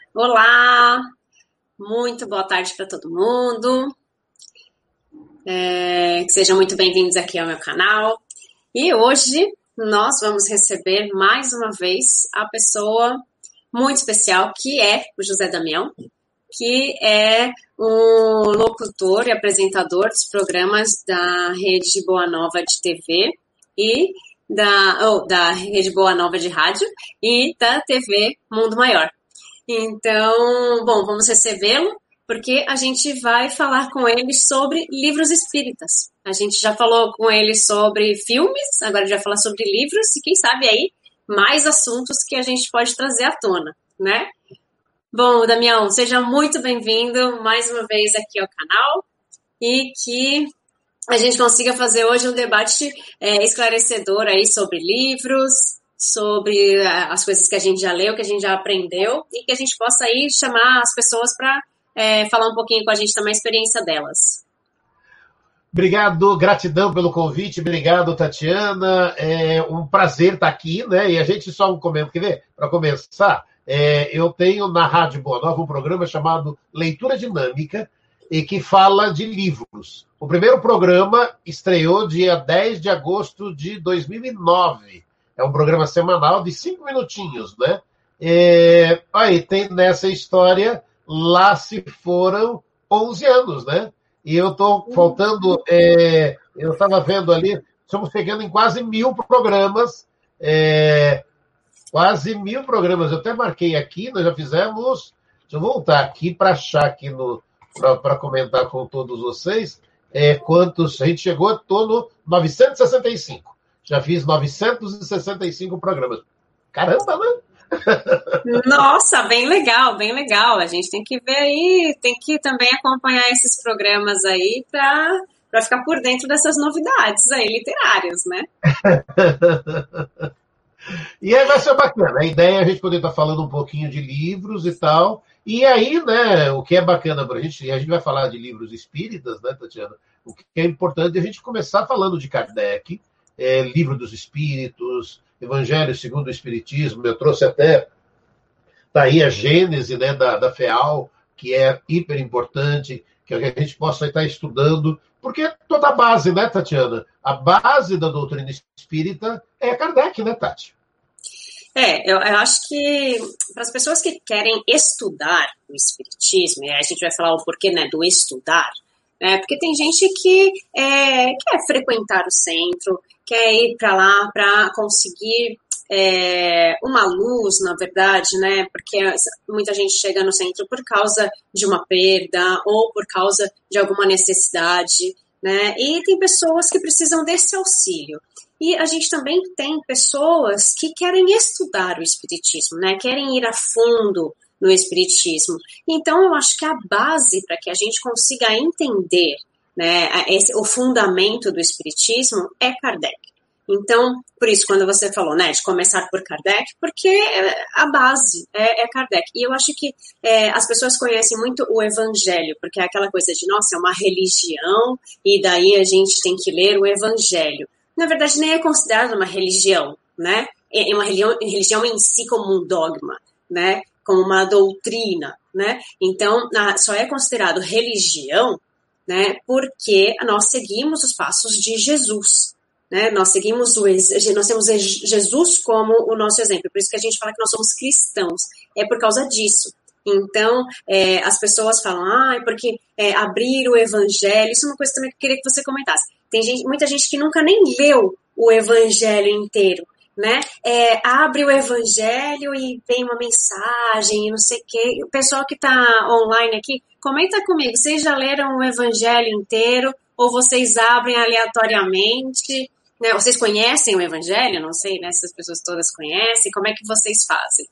Olá, muito boa tarde para todo mundo. Que sejam muito bem-vindos aqui ao meu canal. E hoje nós vamos receber mais uma vez a pessoa muito especial, que é o José Damião, que é um locutor e apresentador dos programas da Rede Boa Nova de TV e da Rede Boa Nova de Rádio e da TV Mundo Maior. Então, bom, vamos recebê-lo, porque a gente vai falar com ele sobre livros espíritas. A gente já falou com ele sobre filmes, agora a gente vai falar sobre livros e quem sabe aí mais assuntos que a gente pode trazer à tona, né? Bom, Damião, seja muito bem-vindo mais uma vez aqui ao canal e que a gente consiga fazer hoje um debate esclarecedor aí sobre livros, sobre as coisas que a gente já leu, que a gente já aprendeu, e que a gente possa aí chamar as pessoas para falar um pouquinho com a gente também a experiência delas. Obrigado, gratidão pelo convite, obrigado, Tatiana, é um prazer estar aqui, né, e a gente só comenta, quer ver, para começar, eu tenho na Rádio Boa Nova um programa chamado Leitura Dinâmica, e que fala de livros. O primeiro programa estreou dia 10 de agosto de 2009, é um programa semanal de 5 minutinhos, né? Aí tem nessa história, lá se foram 11 anos, né? E eu estou faltando, eu estava vendo ali, estamos chegando em quase 1000 programas, quase 1000 programas. Eu até marquei aqui, nós já fizemos, deixa eu voltar aqui para achar aqui para comentar com todos vocês, quantos, a gente chegou, estou no 965. Já fiz 965 programas. Caramba, né? Nossa, bem legal, bem legal. A gente tem que ver aí, tem que também acompanhar esses programas aí para ficar por dentro dessas novidades aí literárias, né? E aí vai ser bacana. A ideia é a gente poder estar falando um pouquinho de livros e tal. E aí, né, o que é bacana para a gente vai falar de livros espíritas, né, Tatiana? O que é importante é a gente começar falando de Kardec, Livro dos Espíritos, Evangelho segundo o Espiritismo. Eu trouxe até, tá aí a Gênese, né, da FEAL, que é hiper importante, que a gente possa estar estudando, porque toda a base, né, Tatiana? A base da doutrina espírita é Kardec, né, Tati? Eu acho que para as pessoas que querem estudar o espiritismo, e aí a gente vai falar o porquê, né, do estudar, porque tem gente que quer frequentar o centro, quer ir para lá para conseguir uma luz, na verdade, né? Porque muita gente chega no centro por causa de uma perda ou por causa de alguma necessidade, né? E tem pessoas que precisam desse auxílio. E a gente também tem pessoas que querem estudar o espiritismo, né? Querem ir a fundo no espiritismo. Então, eu acho que a base para que a gente consiga entender, né, o fundamento do espiritismo é Kardec. Então, por isso, quando você falou, né, de começar por Kardec, porque a base é Kardec. E eu acho que as pessoas conhecem muito o Evangelho, porque é aquela coisa de, nossa, é uma religião, e daí a gente tem que ler o Evangelho. Na verdade, nem é considerado uma religião, né? É uma religião em si como um dogma, né? Como uma doutrina, né? Então, só é considerado religião, né? Porque nós seguimos os passos de Jesus, né? Nós temos Jesus como o nosso exemplo. Por isso que a gente fala que nós somos cristãos. É por causa disso. Então, as pessoas falam, é porque abrir o Evangelho, isso é uma coisa também que eu queria que você comentasse. Tem muita gente que nunca nem leu o Evangelho inteiro, né? Abre o Evangelho e vem uma mensagem e não sei o quê. O pessoal que está online aqui, comenta comigo, vocês já leram o Evangelho inteiro ou vocês abrem aleatoriamente? Né? Vocês conhecem o Evangelho? Não sei, né? Se as pessoas todas conhecem, como é que vocês fazem?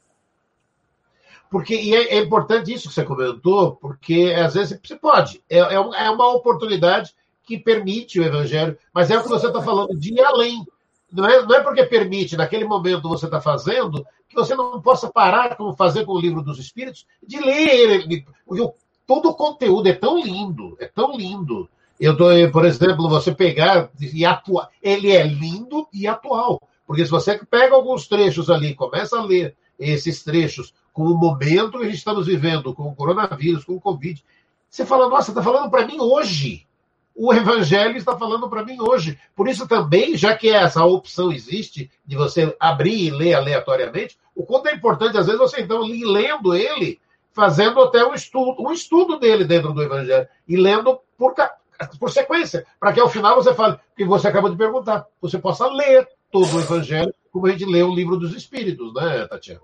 Porque, e é importante isso que você comentou, porque às vezes você pode. É uma oportunidade que permite o Evangelho, mas é o que você está falando, de ir além. Não é porque permite, naquele momento você está fazendo, que você não possa parar, como fazer com o Livro dos Espíritos, de ler ele. Todo o conteúdo é tão lindo, é tão lindo. Por exemplo, você pegar e atuar. Ele é lindo e atual. Porque se você pega alguns trechos ali, começa a ler esses trechos com o momento que a gente estamos vivendo, com o coronavírus, com o Covid. Você fala, nossa, está falando para mim hoje. O Evangelho está falando para mim hoje. Por isso também, já que essa opção existe de você abrir e ler aleatoriamente, o quanto é importante, às vezes, você então ir lendo ele, fazendo até um estudo dele dentro do Evangelho, e lendo por sequência, para que ao final você fale, o que você acabou de perguntar, você possa ler todo o Evangelho, como a gente lê o Livro dos Espíritos, né, Tatiana?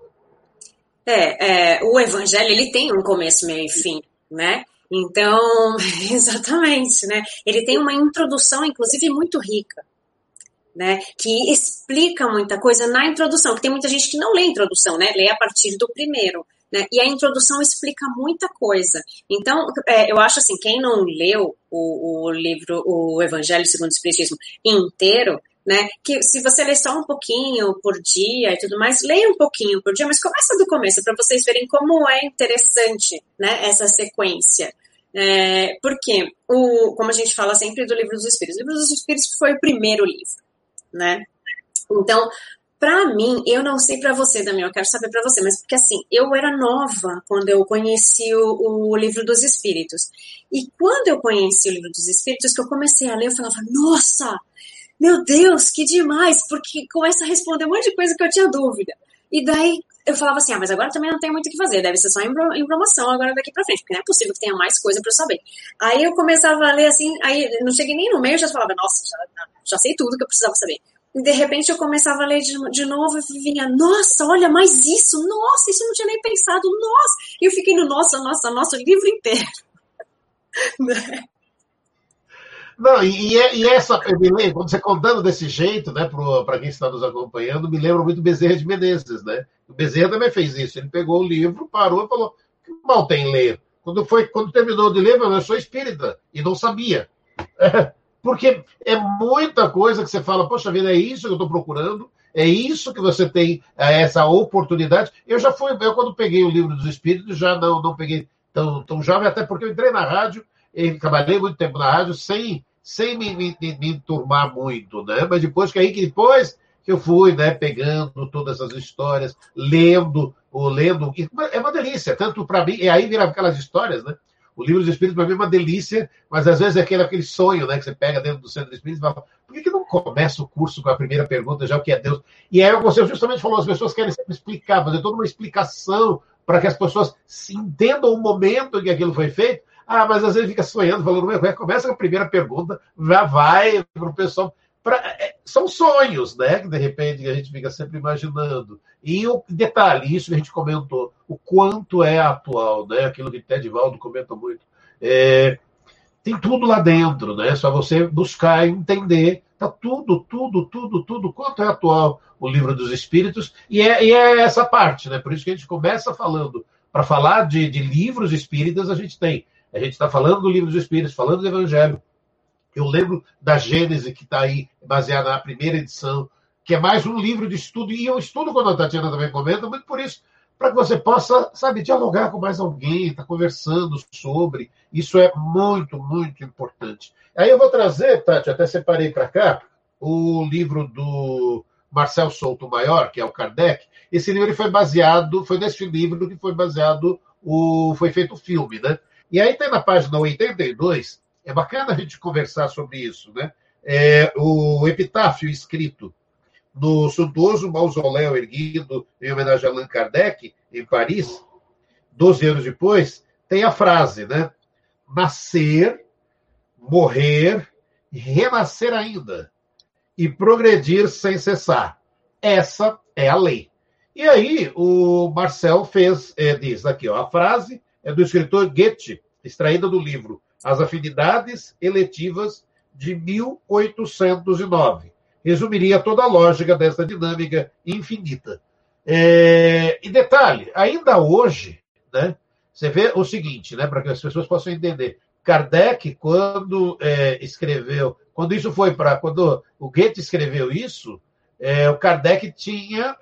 O Evangelho, ele tem um começo, meio e fim, né? Então, exatamente, né? Ele tem uma introdução, inclusive, muito rica, né? Que explica muita coisa na introdução, que tem muita gente que não lê a introdução, né? Lê a partir do primeiro, né? E a introdução explica muita coisa. Então, eu acho assim, quem não leu o livro, o Evangelho segundo o Espiritismo inteiro, né? Que se você ler só um pouquinho por dia e tudo mais, leia um pouquinho por dia, mas começa do começo, para vocês verem como é interessante, né, essa sequência. Porque, como a gente fala sempre do Livro dos Espíritos, o Livro dos Espíritos foi o primeiro livro, né? Então, para mim, eu não sei para você, Damião, eu quero saber para você, mas porque assim, eu era nova quando eu conheci o Livro dos Espíritos. E quando eu conheci o Livro dos Espíritos, que eu comecei a ler, eu falava, nossa, meu Deus, que demais, porque começa a responder um monte de coisa que eu tinha dúvida. E daí eu falava assim, mas agora também não tem muito o que fazer, deve ser só informação agora daqui pra frente, porque não é possível que tenha mais coisa pra eu saber. Aí eu começava a ler assim, aí não cheguei nem no meio, eu já falava, nossa, já sei tudo que eu precisava saber. E de repente eu começava a ler de novo e vinha, nossa, olha, mais isso, nossa, isso eu não tinha nem pensado, nossa. E eu fiquei no nossa, o livro inteiro. Não, e essa, quando você contando desse jeito, né, para quem está nos acompanhando, me lembra muito Bezerra de Menezes, né? O Bezerra também fez isso. Ele pegou o livro, parou e falou: que mal tem ler? Quando terminou de ler, eu sou espírita e não sabia. Porque é muita coisa que você fala, poxa vida, é isso que eu estou procurando, é isso que você tem, essa oportunidade. Eu quando peguei o Livro dos Espíritos, já não peguei tão jovem, até porque eu entrei na rádio, e trabalhei muito tempo na rádio sem me enturmar muito, né? Mas depois que eu fui, né, pegando todas essas histórias, lendo, é uma delícia, tanto para mim, e aí vira aquelas histórias, né? O Livro dos Espíritos para mim é uma delícia, mas às vezes é aquele sonho, né, que você pega dentro do Centro do Espírito e fala, por que não começa o curso com a primeira pergunta, já o que é Deus? E aí você justamente falou, as pessoas querem sempre explicar, fazer toda uma explicação para que as pessoas se entendam o momento em que aquilo foi feito. Mas às vezes fica sonhando, falando, começa com a primeira pergunta, já vai para o pessoal. São sonhos, né? Que de repente a gente fica sempre imaginando. E o detalhe, isso que a gente comentou, o quanto é atual, né? Aquilo que Ted Valdo comenta muito. Tem tudo lá dentro, né? Só você buscar e entender. Tá tudo, quanto é atual o Livro dos Espíritos. E é essa parte, né? Por isso que a gente começa falando, para falar de livros espíritas, a gente está falando do Livro dos Espíritos, falando do Evangelho. Eu lembro da Gênese, que está aí, baseada na primeira edição, que é mais um livro de estudo, e eu estudo quando a Tatiana também comenta, muito por isso, para que você possa, dialogar com mais alguém, estar conversando sobre. Isso é muito, muito importante. Aí eu vou trazer, Tati, até separei para cá, o livro do Marcel Souto Maior, que é o Kardec. Esse livro foi nesse livro que foi feito o filme, né? E aí tem na página 82, é bacana a gente conversar sobre isso, né? O epitáfio escrito no suntuoso mausoléu erguido em homenagem a Allan Kardec, em Paris, 12 anos depois, tem a frase, né? Nascer, morrer, renascer ainda e progredir sem cessar. Essa é a lei. E aí o Marcel diz aqui, a frase é do escritor Goethe, extraída do livro As Afinidades Eletivas, de 1809. Resumiria toda a lógica dessa dinâmica infinita. E detalhe, ainda hoje, né, você vê o seguinte, né, para que as pessoas possam entender. Kardec, quando o Goethe escreveu isso, o Kardec tinha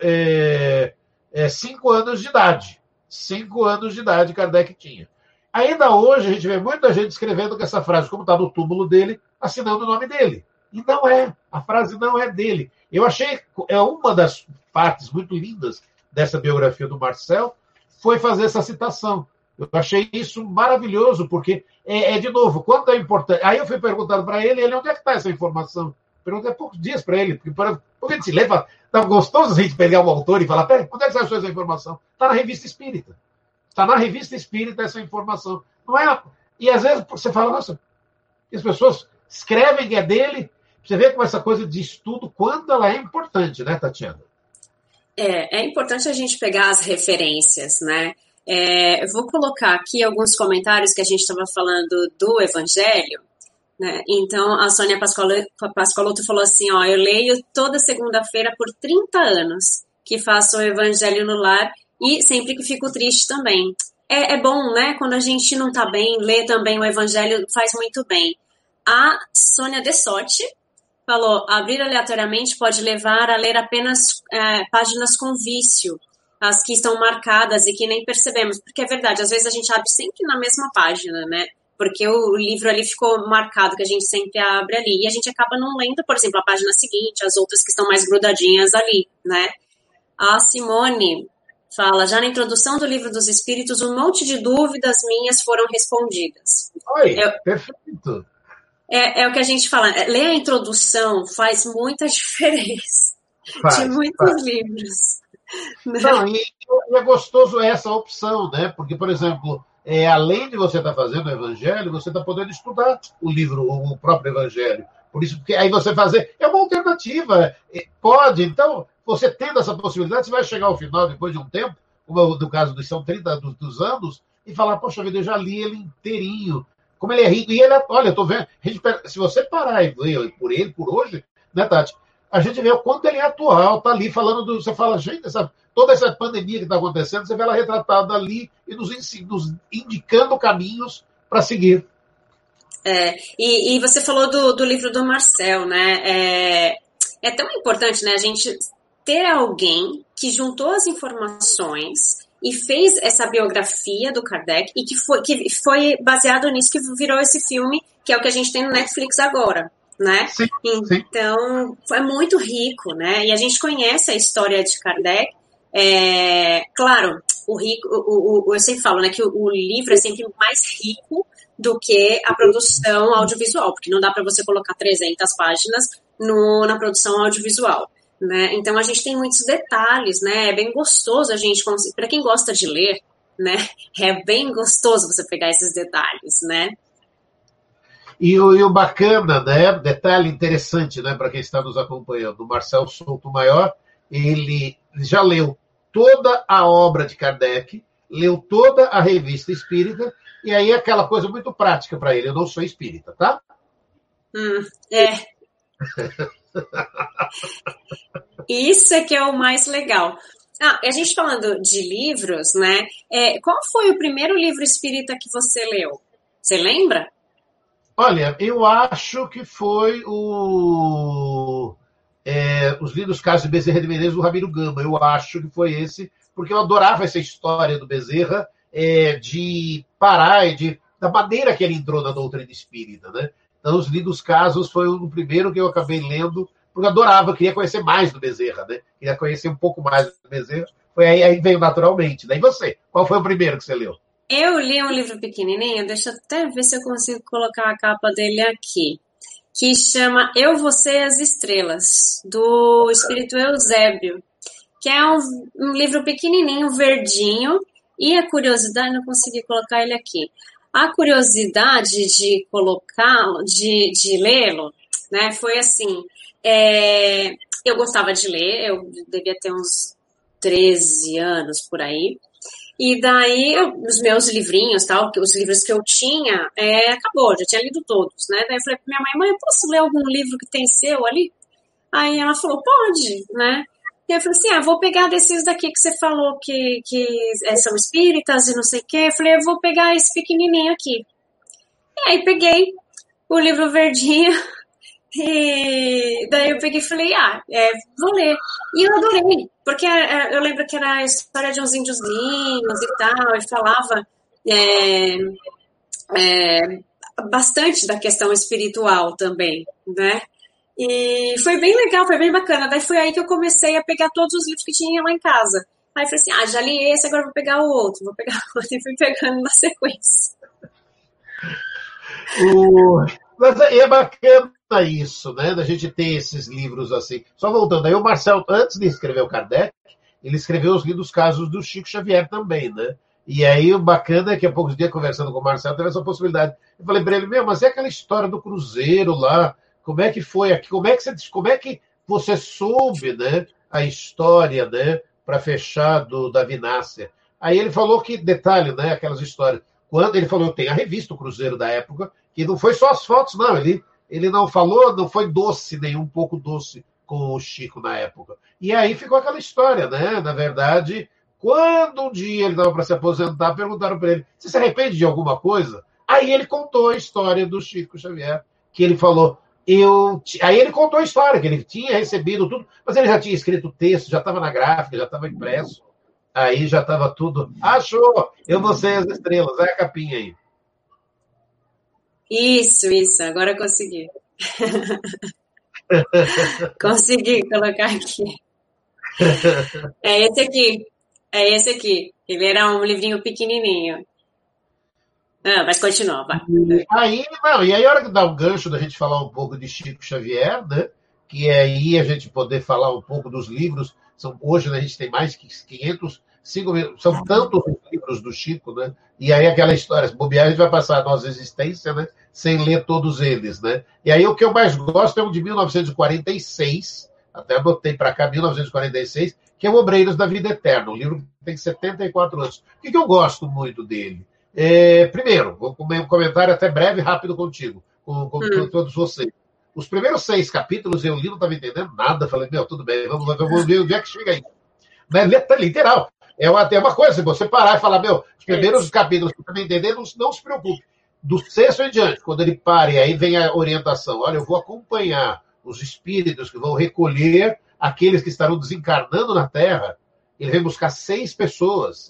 5 anos de idade. 5 anos de idade Kardec tinha. Ainda hoje a gente vê muita gente escrevendo com essa frase, como está no túmulo dele, assinando o nome dele. E não é. A frase não é dele. Eu achei uma das partes muito lindas dessa biografia do Marcel, foi fazer essa citação. Eu achei isso maravilhoso, porque, de novo, quanto é importante. Aí eu fui perguntando para ele, onde é que está essa informação? Perguntei há poucos dias para ele, porque ele se leva. Tá gostoso a gente pegar um autor e falar: peraí, onde é que você achou essa informação? Está na Revista Espírita. Está na Revista Espírita essa informação. Não é. E às vezes você fala: nossa, as pessoas escrevem que é dele. Você vê como essa coisa de estudo, quanto ela é importante, né, Tatiana? É importante a gente pegar as referências, né? Eu vou colocar aqui alguns comentários que a gente estava falando do Evangelho, né? Então, a Sônia Pascoaloto falou assim, ó, eu leio toda segunda-feira por 30 anos, que faço o Evangelho no lar e sempre que fico triste também. É bom, né? Quando a gente não tá bem, ler também o Evangelho faz muito bem. A Sônia Dessotti falou, abrir aleatoriamente pode levar a ler apenas páginas com vício, as que estão marcadas e que nem percebemos, porque é verdade, às vezes a gente abre sempre na mesma página, né? Porque o livro ali ficou marcado, que a gente sempre abre ali, e a gente acaba não lendo, por exemplo, a página seguinte, as outras que estão mais grudadinhas ali, né? A Simone fala, já na introdução do Livro dos Espíritos, um monte de dúvidas minhas foram respondidas. Oi, perfeito. É o que a gente fala, ler a introdução faz muita diferença de muitos livros. Né? Não, e é gostoso essa opção, né? Porque, por exemplo, além de você estar fazendo o Evangelho, você está podendo estudar o livro, o próprio Evangelho. Por isso, porque aí você fazer. É uma alternativa. Pode, então, você tendo essa possibilidade, você vai chegar ao final, depois de um tempo, como no caso são 30 dos anos, e falar, poxa vida, eu já li ele inteirinho. Como ele é rico. E ele, olha, eu tô vendo. Se você parar e ver por hoje, né, Tati? A gente vê o quanto ele é atual, tá ali falando você fala, gente, toda essa pandemia que está acontecendo, você vê ela retratada ali e nos indicando caminhos para seguir. E você falou do livro do Marcel, né? É tão importante, né, a gente ter alguém que juntou as informações e fez essa biografia do Kardec e que foi baseado nisso que virou esse filme, que é o que a gente tem no Netflix agora. Né? Sim, então, é muito rico, né? E a gente conhece a história de Kardec. Claro, eu sempre falo, né, que o livro é sempre mais rico do que a produção audiovisual, porque não dá para você colocar 300 páginas na produção audiovisual, né? Então, a gente tem muitos detalhes, né? É bem gostoso a gente, para quem gosta de ler, né? É bem gostoso você pegar esses detalhes, né? E o bacana, né? Detalhe interessante, né, para quem está nos acompanhando, o Marcel Souto Maior, ele já leu toda a obra de Kardec, leu toda a revista espírita, e aí aquela coisa muito prática para ele, eu não sou espírita, tá? Isso é que é o mais legal. A gente falando de livros, né? Qual foi o primeiro livro espírita que você leu? Você lembra? Olha, eu acho que foi os lindos casos de Bezerra de Menezes do Ramiro Gama. Eu acho que foi esse, porque eu adorava essa história do Bezerra de parar e da maneira que ele entrou na doutrina espírita, né? Então, os lindos casos foi o primeiro que eu acabei lendo, porque eu adorava, queria conhecer mais do Bezerra, né? Queria conhecer um pouco mais do Bezerra. Foi aí veio naturalmente. Né? E você? Qual foi o primeiro que você leu? Eu li um livro pequenininho, deixa eu até ver se eu consigo colocar a capa dele aqui, que chama Eu, Você e as Estrelas, do Espírito Eusébio, que é um livro pequenininho, verdinho, e a curiosidade, não consegui colocar ele aqui, a curiosidade de de lê-lo, né, foi assim, eu gostava de ler, eu devia ter uns 13 anos por aí, e daí, os meus livrinhos, tal, os livros que eu tinha, acabou, já tinha lido todos, né? Daí eu falei pra minha mãe, eu posso ler algum livro que tem seu ali? Aí ela falou, pode, né? E eu falei assim, vou pegar desses daqui que você falou que são espíritas e não sei o quê. Eu falei, eu vou pegar esse pequenininho aqui. E aí peguei o livro verdinho. E daí eu peguei e falei, vou ler. E eu adorei, porque eu lembro que era a história de uns índiozinhos e tal, e falava bastante da questão espiritual também, né? E foi bem legal, foi bem bacana. Daí foi aí que eu comecei a pegar todos os livros que tinha lá em casa. Aí eu falei assim, já li esse, agora vou pegar o outro, e fui pegando na sequência. Mas é bacana isso, né? Da gente ter esses livros assim. Só voltando, aí o Marcel, antes de escrever o Kardec, ele escreveu os lindos casos do Chico Xavier também, né? E aí o bacana é que há poucos dias, conversando com o Marcel, teve essa possibilidade. Eu falei para ele, mas é aquela história do Cruzeiro lá, como é que foi aqui? Como é que você soube, né, a história, né, para fechar da Vinácia? Aí ele falou que, detalhe, né, aquelas histórias. Quando ele falou, tem a revista, o Cruzeiro da época, que não foi só as fotos, não. Ele não falou, não foi doce, nem um pouco doce com o Chico na época. E aí ficou aquela história, né? Na verdade, quando um dia ele estava para se aposentar, perguntaram para ele: você se arrepende de alguma coisa? Aí ele contou a história do Chico Xavier, que ele falou. Aí ele contou a história, que ele tinha recebido tudo, mas ele já tinha escrito o texto, já estava na gráfica, já estava impresso. Aí já estava tudo. Achou! Eu não sei as estrelas, é a capinha aí. Isso, agora eu consegui. Consegui colocar aqui. É esse aqui. Ele era um livrinho pequenininho. Mas continua, vai. E aí a hora que dá um gancho da gente falar um pouco de Chico Xavier, né? Que é aí a gente poder falar um pouco dos livros. Hoje, né, a gente tem mais que 500, são tantos livros do Chico, né? E aí aquela história, se bobear, a gente vai passar a nossa existência, né, sem ler todos eles, né? E aí o que eu mais gosto é um de 1946, até botei para cá, 1946, que é o Obreiros da Vida Eterna, um livro que tem 74 anos. O que eu gosto muito dele? Primeiro, vou com um comentário até breve, rápido contigo, com todos vocês. Os primeiros 6 capítulos eu li, não estava entendendo nada. Falei, tudo bem, vamos ver onde é que chega aí. Mas, literal. É uma coisa, se você parar e falar, os primeiros capítulos que você não entender, não se preocupe. Do 6º em diante, quando ele para e aí vem a orientação, olha, eu vou acompanhar os espíritos que vão recolher aqueles que estarão desencarnando na Terra. Ele vem buscar 6 pessoas,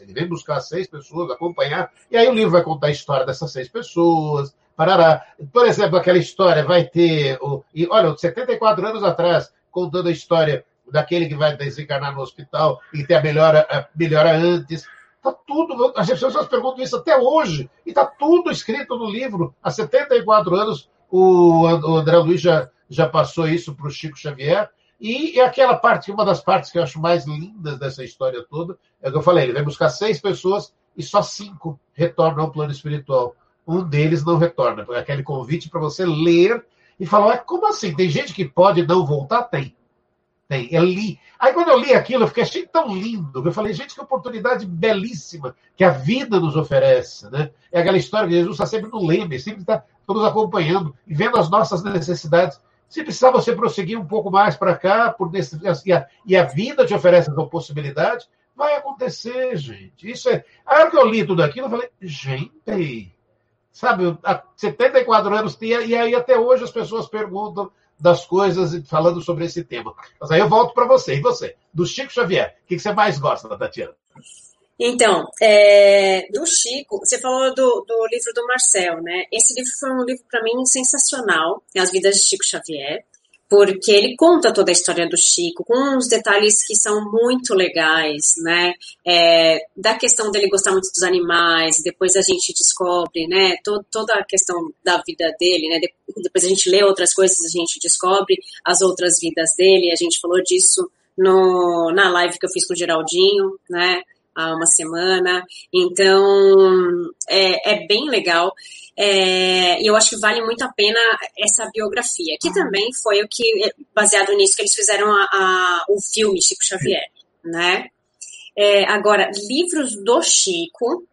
acompanhar, e aí o livro vai contar a história dessas 6 pessoas, parará. Por exemplo, aquela história vai ter, olha, 74 anos atrás, contando a história daquele que vai desencarnar no hospital e ter a melhora antes. Está tudo, as pessoas perguntam isso até hoje, e está tudo escrito no livro. Há 74 anos, o André Luiz já passou isso para o Chico Xavier. E aquela parte, uma das partes que eu acho mais lindas dessa história toda, é o que eu falei, ele vai buscar 6 pessoas e só 5 retornam ao plano espiritual. Um deles não retorna. É aquele convite para você ler e falar, como assim? Tem gente que pode não voltar? Tem. Eu li. Aí quando eu li aquilo, eu achei tão lindo. Eu falei, gente, que oportunidade belíssima que a vida nos oferece, né? É aquela história que Jesus está sempre no leme, sempre está nos acompanhando e vendo as nossas necessidades. Se precisar você prosseguir um pouco mais para cá, e a vida te oferece essa possibilidade, vai acontecer, gente. Isso é. A hora que eu li tudo aquilo, eu falei, gente, sabe, há 74 anos tinha, e aí até hoje as pessoas perguntam das coisas falando sobre esse tema. Mas aí eu volto para você. E você? Do Chico Xavier, o que você mais gosta, Tatiana? Então, do Chico, você falou do livro do Marcel, né? Esse livro foi um livro, para mim, sensacional, As Vidas de Chico Xavier, porque ele conta toda a história do Chico, com uns detalhes que são muito legais, né? Da questão dele gostar muito dos animais, depois a gente descobre, né, toda a questão da vida dele, né? Depois a gente lê outras coisas, a gente descobre as outras vidas dele, a gente falou disso na live que eu fiz com o Geraldinho, né? Há uma semana, então é bem legal, e eu acho que vale muito a pena essa biografia, que também foi o que, baseado nisso, que eles fizeram o filme Chico Xavier, né? Agora, livros do Chico,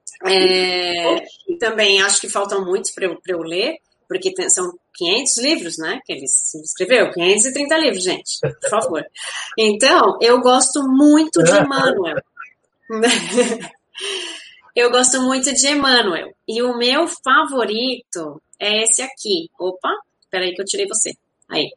também acho que faltam muitos para eu ler, porque são 500 livros, né, que ele escreveu, 530 livros, gente, por favor. Então, eu gosto muito de Emmanuel. Eu gosto muito de Emmanuel. E o meu favorito é esse aqui. Opa, peraí que eu tirei você. Aí.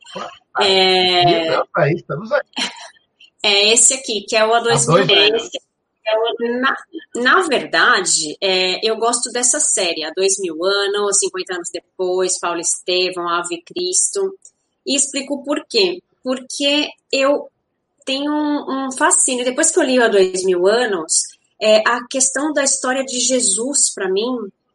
Estamos aí. É esse aqui, que é o A2000. Na verdade, eu gosto dessa série, Há 2000 anos, 50 anos depois, Paulo Estevão, Ave Cristo. E explico por quê. Porque tem um fascínio. Depois que eu li Há 2000 anos, a questão da história de Jesus, para mim,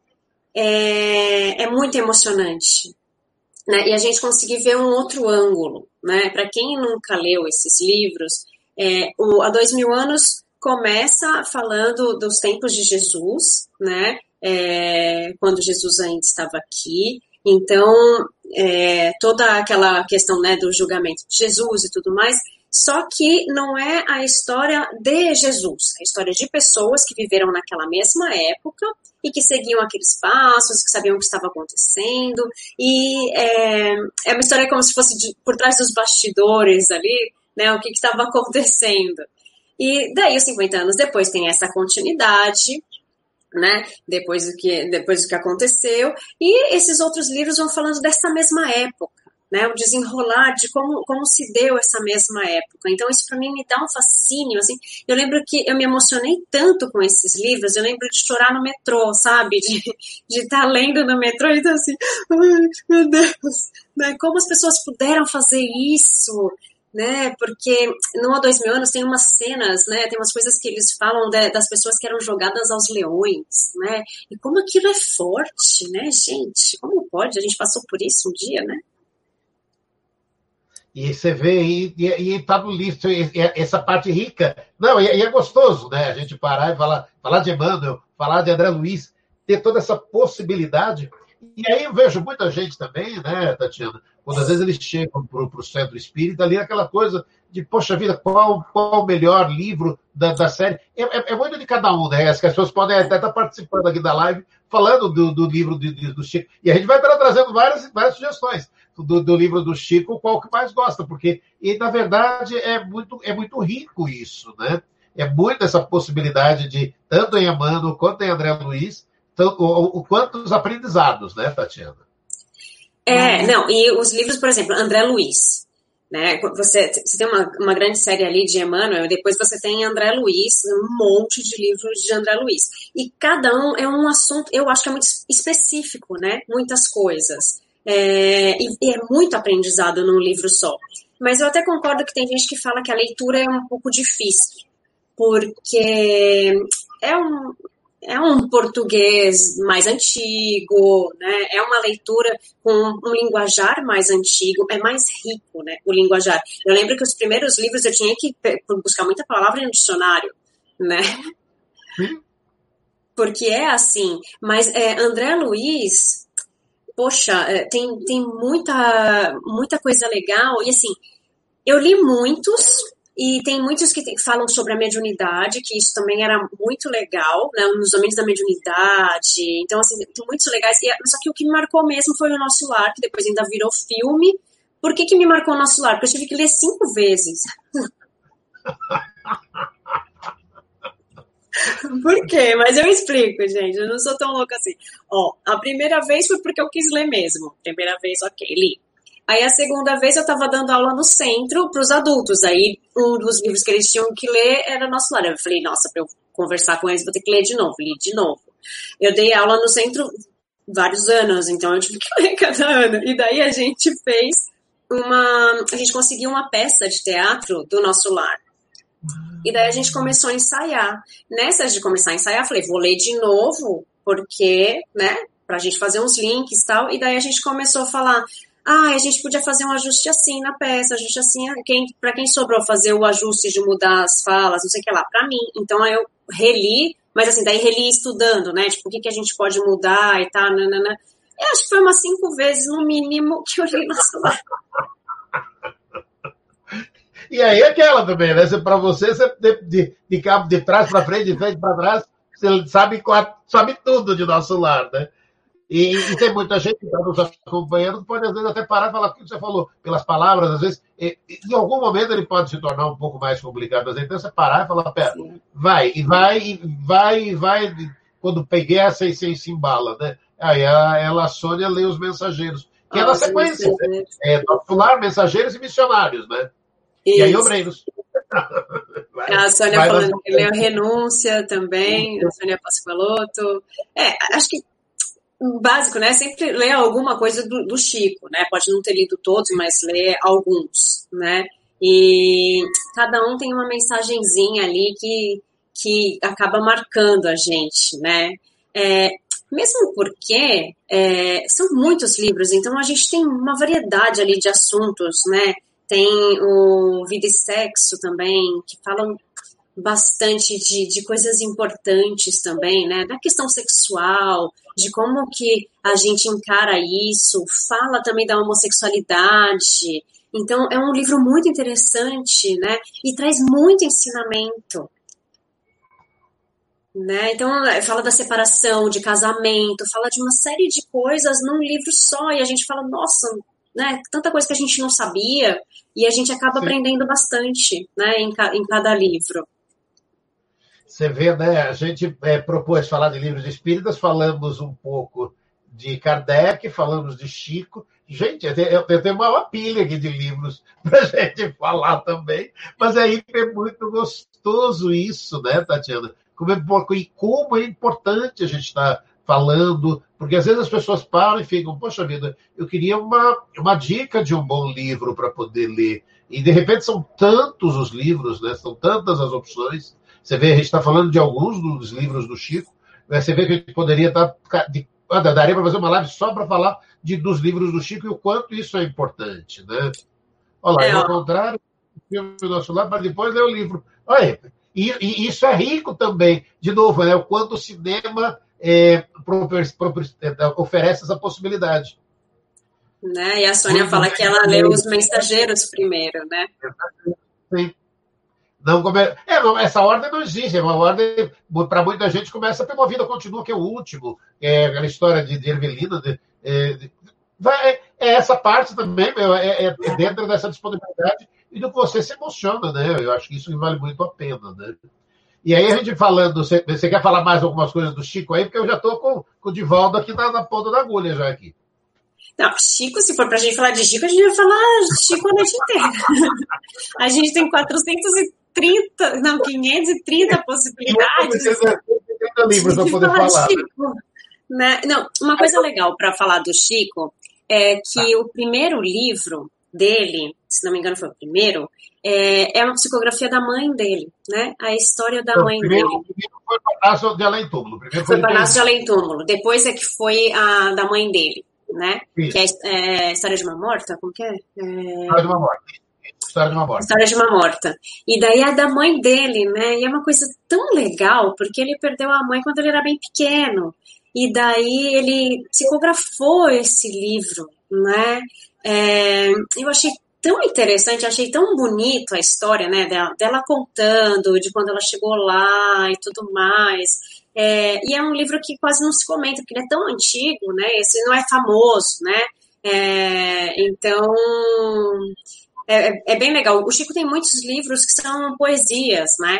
é muito emocionante. Né? E a gente conseguir ver um outro ângulo. Né? Para quem nunca leu esses livros, Há 2000 anos começa falando dos tempos de Jesus, né? Quando Jesus ainda estava aqui. Então, toda aquela questão, né, do julgamento de Jesus e tudo mais, só que não é a história de Jesus, é a história de pessoas que viveram naquela mesma época e que seguiam aqueles passos, que sabiam o que estava acontecendo, e é uma história como se fosse por trás dos bastidores ali, né, o que estava acontecendo. E daí, os 50 anos depois, tem essa continuidade, né, depois do que aconteceu, e esses outros livros vão falando dessa mesma época, né, o desenrolar de como se deu essa mesma época. Então isso para mim me dá um fascínio, assim. Eu lembro que eu me emocionei tanto com esses livros, eu lembro de chorar no metrô, sabe, de estar lendo no metrô e estar assim, ai, meu Deus, né, como as pessoas puderam fazer isso, né, porque no Há 2000 anos tem umas cenas, né, tem umas coisas que eles falam das pessoas que eram jogadas aos leões, né, e como aquilo é forte, né, gente, como pode? A gente passou por isso um dia, né? E você vê, e tá no livro, essa parte rica. Não, e é gostoso, né? A gente parar e falar de Emmanuel, falar de André Luiz, ter toda essa possibilidade. E aí eu vejo muita gente também, né, Tatiana, quando às vezes eles chegam para o centro espírita, ali aquela coisa de, poxa vida, qual o melhor livro da série? É muito de cada um, né? As pessoas podem até estar participando aqui da live, falando do livro do Chico. E a gente vai estar trazendo várias sugestões do livro do Chico, qual que mais gosta, porque, e na verdade, é muito rico isso, né? É muito essa possibilidade de, tanto em Emmanuel quanto em André Luiz, quantos aprendizados, né, Tatiana? Não, e os livros, por exemplo, André Luiz, né, você tem uma grande série ali de Emmanuel, e depois você tem André Luiz, um monte de livros de André Luiz, e cada um é um assunto, eu acho que é muito específico, né, muitas coisas, e é muito aprendizado num livro só, mas eu até concordo que tem gente que fala que a leitura é um pouco difícil, porque é um português mais antigo, né? É uma leitura com um linguajar mais antigo, é mais rico, né? O linguajar. Eu lembro que os primeiros livros eu tinha que buscar muita palavra no dicionário, né? Porque é assim. Mas André Luiz, poxa, tem muita coisa legal. E assim, eu li muitos. E tem muitos que falam sobre a mediunidade, que isso também era muito legal, né, nos domínios da mediunidade. Então, assim, tem muitos legais. Só que o que me marcou mesmo foi o Nosso Lar, que depois ainda virou filme. Por que me marcou o Nosso Lar? Porque eu tive que ler 5 vezes. Por quê? Mas eu explico, gente. Eu não sou tão louca assim. Ó, a primeira vez foi porque eu quis ler mesmo. Primeira vez, ok, li. Aí a segunda vez eu estava dando aula no centro para os adultos. Aí um dos livros que eles tinham que ler era Nosso Lar. Eu falei, nossa, para eu conversar com eles vou ter que ler de novo. Li de novo. Eu dei aula no centro vários anos, então eu tive que ler cada ano. E daí a gente a gente conseguiu uma peça de teatro do Nosso Lar. E daí a gente começou a ensaiar. Nessa de começar a ensaiar, eu falei, vou ler de novo, porque, né, pra gente fazer uns links e tal. E daí a gente começou a falar, a gente podia fazer um ajuste assim na peça, ajuste assim, para quem sobrou fazer o ajuste de mudar as falas, não sei o que lá, para mim. Então aí eu reli, mas assim, daí reli estudando, né, tipo, o que a gente pode mudar e tal, nanana. Eu acho que foi umas 5 vezes, no mínimo, que eu li Nosso Lar. E aí aquela também, né, para você de cabo de trás para frente, de frente para trás, você sabe tudo de Nosso Lar, né? E tem muita gente que está nos acompanhando que pode, às vezes, até parar e falar o que você falou, pelas palavras, às vezes, em algum momento ele pode se tornar um pouco mais complicado. Então, você parar e falar, pera, vai, quando peguei essa e se embala, né? Aí a Sônia lê Os Mensageiros, que é na sequência, né? Nosso Lar, Mensageiros e Missionários, né? Isso. E aí, Obreiros. A Sônia falando que leu Renúncia também, a Sônia Pascoaloto. Acho que o básico, né? Sempre ler alguma coisa do Chico, né? Pode não ter lido todos, mas ler alguns, né? E cada um tem uma mensagenzinha ali que acaba marcando a gente, né? Mesmo porque são muitos livros, então a gente tem uma variedade ali de assuntos, né? Tem o Vida e Sexo também, que falam bastante de coisas importantes também, né? Da questão sexual, de como que a gente encara isso, fala também da homossexualidade. Então, é um livro muito interessante, né? E traz muito ensinamento, né? Então, fala da separação, de casamento, fala de uma série de coisas num livro só, e a gente fala, nossa, né? Tanta coisa que a gente não sabia, e a gente acaba aprendendo bastante, né? Em cada livro. Você vê, né? A gente propôs falar de livros espíritas, falamos um pouco de Kardec, falamos de Chico. Gente, eu tenho uma pilha aqui de livros para a gente falar também, mas aí é muito gostoso isso, né, Tatiana? Como é importante a gente estar falando, porque às vezes as pessoas param e ficam, poxa vida, eu queria uma dica de um bom livro para poder ler. E de repente são tantos os livros, né? São tantas as opções. Você vê, a gente está falando de alguns dos livros do Chico, né? Você vê que a gente poderia estar. Daria para fazer uma live só para falar dos livros do Chico e o quanto isso é importante, né? Olha lá, ao contrário, o filme do nosso lado, para depois ler o livro. Olha, e isso é rico também, de novo, né? O quanto o cinema oferece essa possibilidade. Né? E a Sônia fala que ela leu Os Mensageiros primeiro, né? Sim. Não, essa ordem não existe. É uma ordem, para muita gente, começa pela vida continua, que é o último. É aquela história de Ervelina. Essa parte também dentro dessa disponibilidade e do que você se emociona, né? Eu acho que isso vale muito a pena, né? E aí a gente falando, você quer falar mais algumas coisas do Chico aí? Porque eu já estou com o Divaldo aqui na ponta da agulha já aqui. Não, Chico, se for pra gente falar de Chico, a gente vai falar Chico a noite inteira. A gente tem 530 possibilidades 530 livros para poder falar. Chico, né? Não, uma coisa legal para falar do Chico é que o primeiro livro dele, se não me engano foi o primeiro, é uma psicografia da mãe dele, né? A história da mãe dele. O primeiro foi o Palácio de Além Túmulo. Foi o Palácio de Além Túmulo. Depois é que foi a da mãe dele, né? Isso. Que é História de uma Morta? Como que é? História de uma Morta. História de uma Morta. E daí é da mãe dele, né? E é uma coisa tão legal, porque ele perdeu a mãe quando ele era bem pequeno. E daí ele psicografou esse livro, né? Eu achei tão interessante, achei tão bonito a história, né? Dela contando de quando ela chegou lá e tudo mais. E é um livro que quase não se comenta, porque ele é tão antigo, né? Esse não é famoso, né? Então... É bem legal. O Chico tem muitos livros que são poesias, né?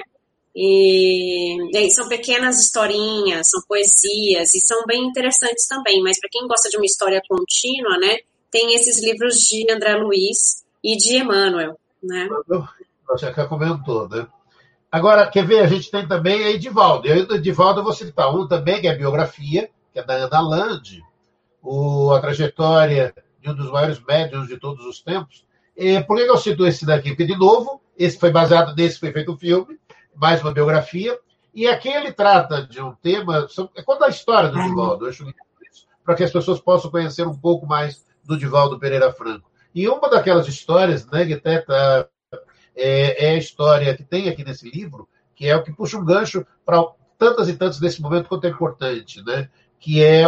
E são pequenas historinhas, são poesias, e são bem interessantes também. Mas para quem gosta de uma história contínua, né? Tem esses livros de André Luiz e de Emmanuel, né? Você já comentou, né? Agora, quer ver? A gente tem também a Edivaldo. Edivaldo eu vou citar um também, que é a biografia, que é da Ana Lande, a trajetória de um dos maiores médiuns de todos os tempos. Por que eu cito esse daqui? Porque, de novo, esse foi baseado nesse, foi feito um filme, mais uma biografia, e aqui ele trata de um tema, conta a história do Divaldo, eu acho isso, para que as pessoas possam conhecer um pouco mais do Divaldo Pereira Franco. E uma daquelas histórias, né, que até é a história que tem aqui nesse livro, que é o que puxa um gancho para tantas e tantas desse momento quanto é importante, né? Que é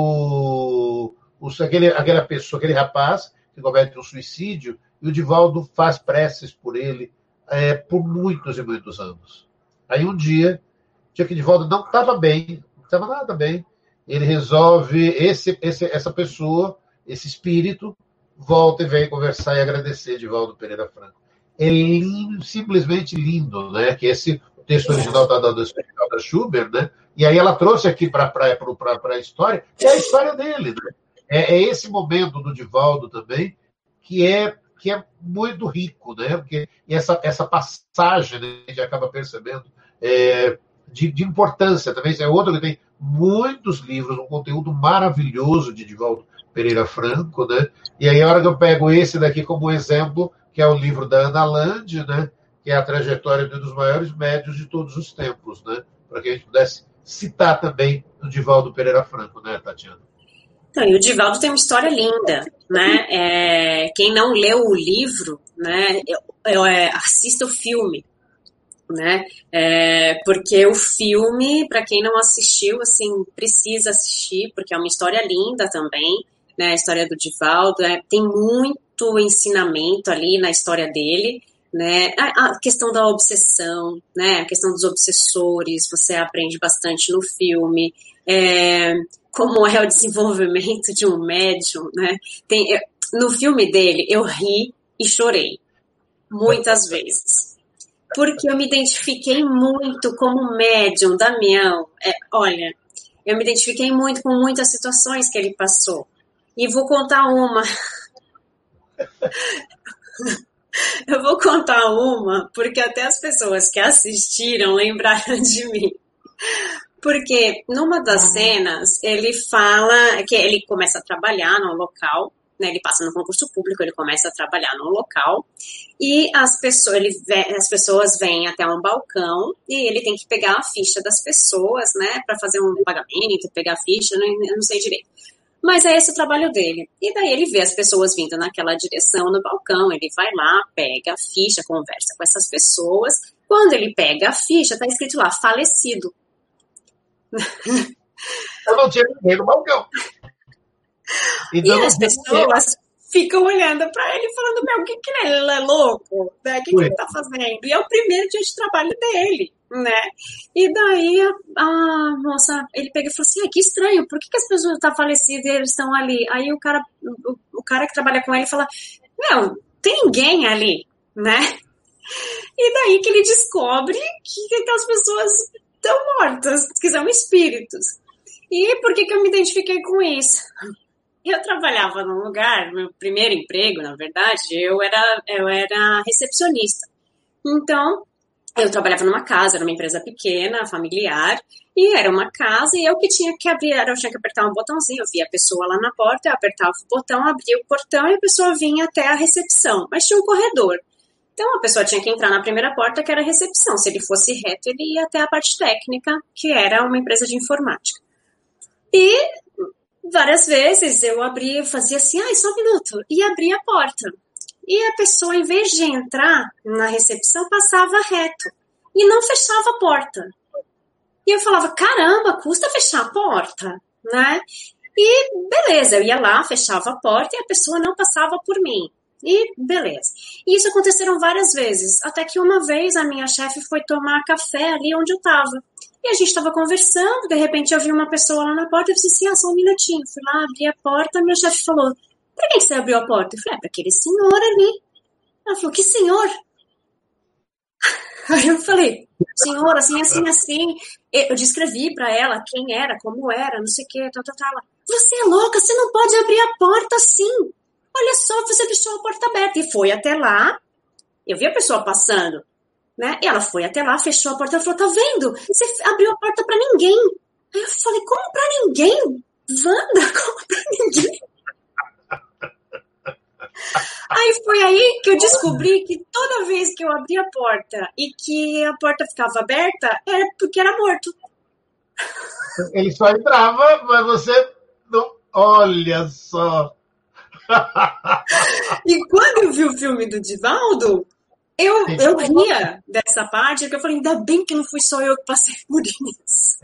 aquela pessoa, aquele rapaz que comete um suicídio, e o Divaldo faz preces por ele por muitos e muitos anos. Aí um dia que o Divaldo não estava bem, não estava nada bem, ele resolve, essa pessoa, esse espírito, volta e vem conversar e agradecer Divaldo Pereira Franco. É lindo, simplesmente lindo, né? Que esse texto original está da Schubert, né? E aí ela trouxe aqui para a história, é a história dele, né? É esse momento do Divaldo também, que é muito rico, né? Porque essa passagem, né, a gente acaba percebendo de importância também. É outro que tem muitos livros, um conteúdo maravilhoso de Divaldo Pereira Franco, né? E aí a hora que eu pego esse daqui como exemplo, que é o livro da Ana Lande, né? Que é a trajetória de um dos maiores médios de todos os tempos, né? Para que a gente pudesse citar também o Divaldo Pereira Franco, né, Tatiana? Então, e o Divaldo tem uma história linda, né? Quem não leu o livro, né, assista o filme, né? Porque o filme, para quem não assistiu, assim, precisa assistir, porque é uma história linda também, né? A história do Divaldo, tem muito ensinamento ali na história dele, né? A questão da obsessão, né? A questão dos obsessores, você aprende bastante no filme. Como é o desenvolvimento de um médium, né? No filme dele, eu ri e chorei muitas vezes, porque eu me identifiquei muito como médium, Damião. Olha, eu me identifiquei muito com muitas situações que ele passou. E vou contar uma. Eu vou contar uma, porque até as pessoas que assistiram lembraram de mim. Porque numa das cenas, ele fala que ele começa a trabalhar num local, né, ele passa no concurso público, ele começa a trabalhar num local, e as pessoas vêm até um balcão, e ele tem que pegar a ficha das pessoas, né, para fazer um pagamento, pegar a ficha, eu não sei direito. Mas é esse o trabalho dele. E daí ele vê as pessoas vindo naquela direção no balcão, ele vai lá, pega a ficha, conversa com essas pessoas. Quando ele pega a ficha, tá escrito lá, falecido. Eu não tinha ninguém no balcão. Então, e as pessoas ficam olhando para ele falando, meu, o que ele é louco? Né? O que ele tá fazendo? E é o primeiro dia de trabalho dele, né? E daí a moça, ele pega e fala assim, que estranho, por que as pessoas estão falecidas e eles estão ali? Aí o cara que trabalha com ele fala, não, tem ninguém ali, né? E daí que ele descobre que aquelas pessoas estão mortas, que são espíritos. E por que eu me identifiquei com isso? Eu trabalhava num lugar, meu primeiro emprego, na verdade, eu era recepcionista. Então, eu trabalhava numa casa, era uma empresa pequena, familiar, e era uma casa, e eu que tinha que abrir, eu tinha que apertar um botãozinho, eu via a pessoa lá na porta, eu apertava o botão, abria o portão e a pessoa vinha até a recepção, mas tinha um corredor. Então, a pessoa tinha que entrar na primeira porta, que era a recepção. Se ele fosse reto, ele ia até a parte técnica, que era uma empresa de informática. E várias vezes eu abria, fazia assim, só um minuto, e abria a porta. E a pessoa, em vez de entrar na recepção, passava reto. E não fechava a porta. E eu falava, caramba, custa fechar a porta, né? E beleza, eu ia lá, fechava a porta e a pessoa não passava por mim. E beleza. E isso aconteceram várias vezes, até que uma vez a minha chefe foi tomar café ali onde eu estava. E a gente estava conversando, de repente eu vi uma pessoa lá na porta, eu disse assim, só um minutinho. Fui lá, abri a porta, minha chefe falou, por que você abriu a porta? Eu falei, para aquele senhor ali. Ela falou, que senhor? Aí eu falei, senhor, assim. Eu descrevi para ela quem era, como era, não sei o que, tal. Você é louca, você não pode abrir a porta assim. Olha só, você deixou a porta aberta. E foi até lá, eu vi a pessoa passando, né? E ela foi até lá, fechou a porta, ela falou, tá vendo? Você abriu a porta pra ninguém. Aí eu falei, como pra ninguém? Wanda, como pra ninguém? Aí foi aí que eu descobri que toda vez que eu abria a porta e que a porta ficava aberta, era porque era morto. Ele só entrava, mas você não... Olha só... E quando eu vi o filme do Divaldo, eu ria dessa parte, porque eu falei, ainda bem que não fui só eu que passei por isso.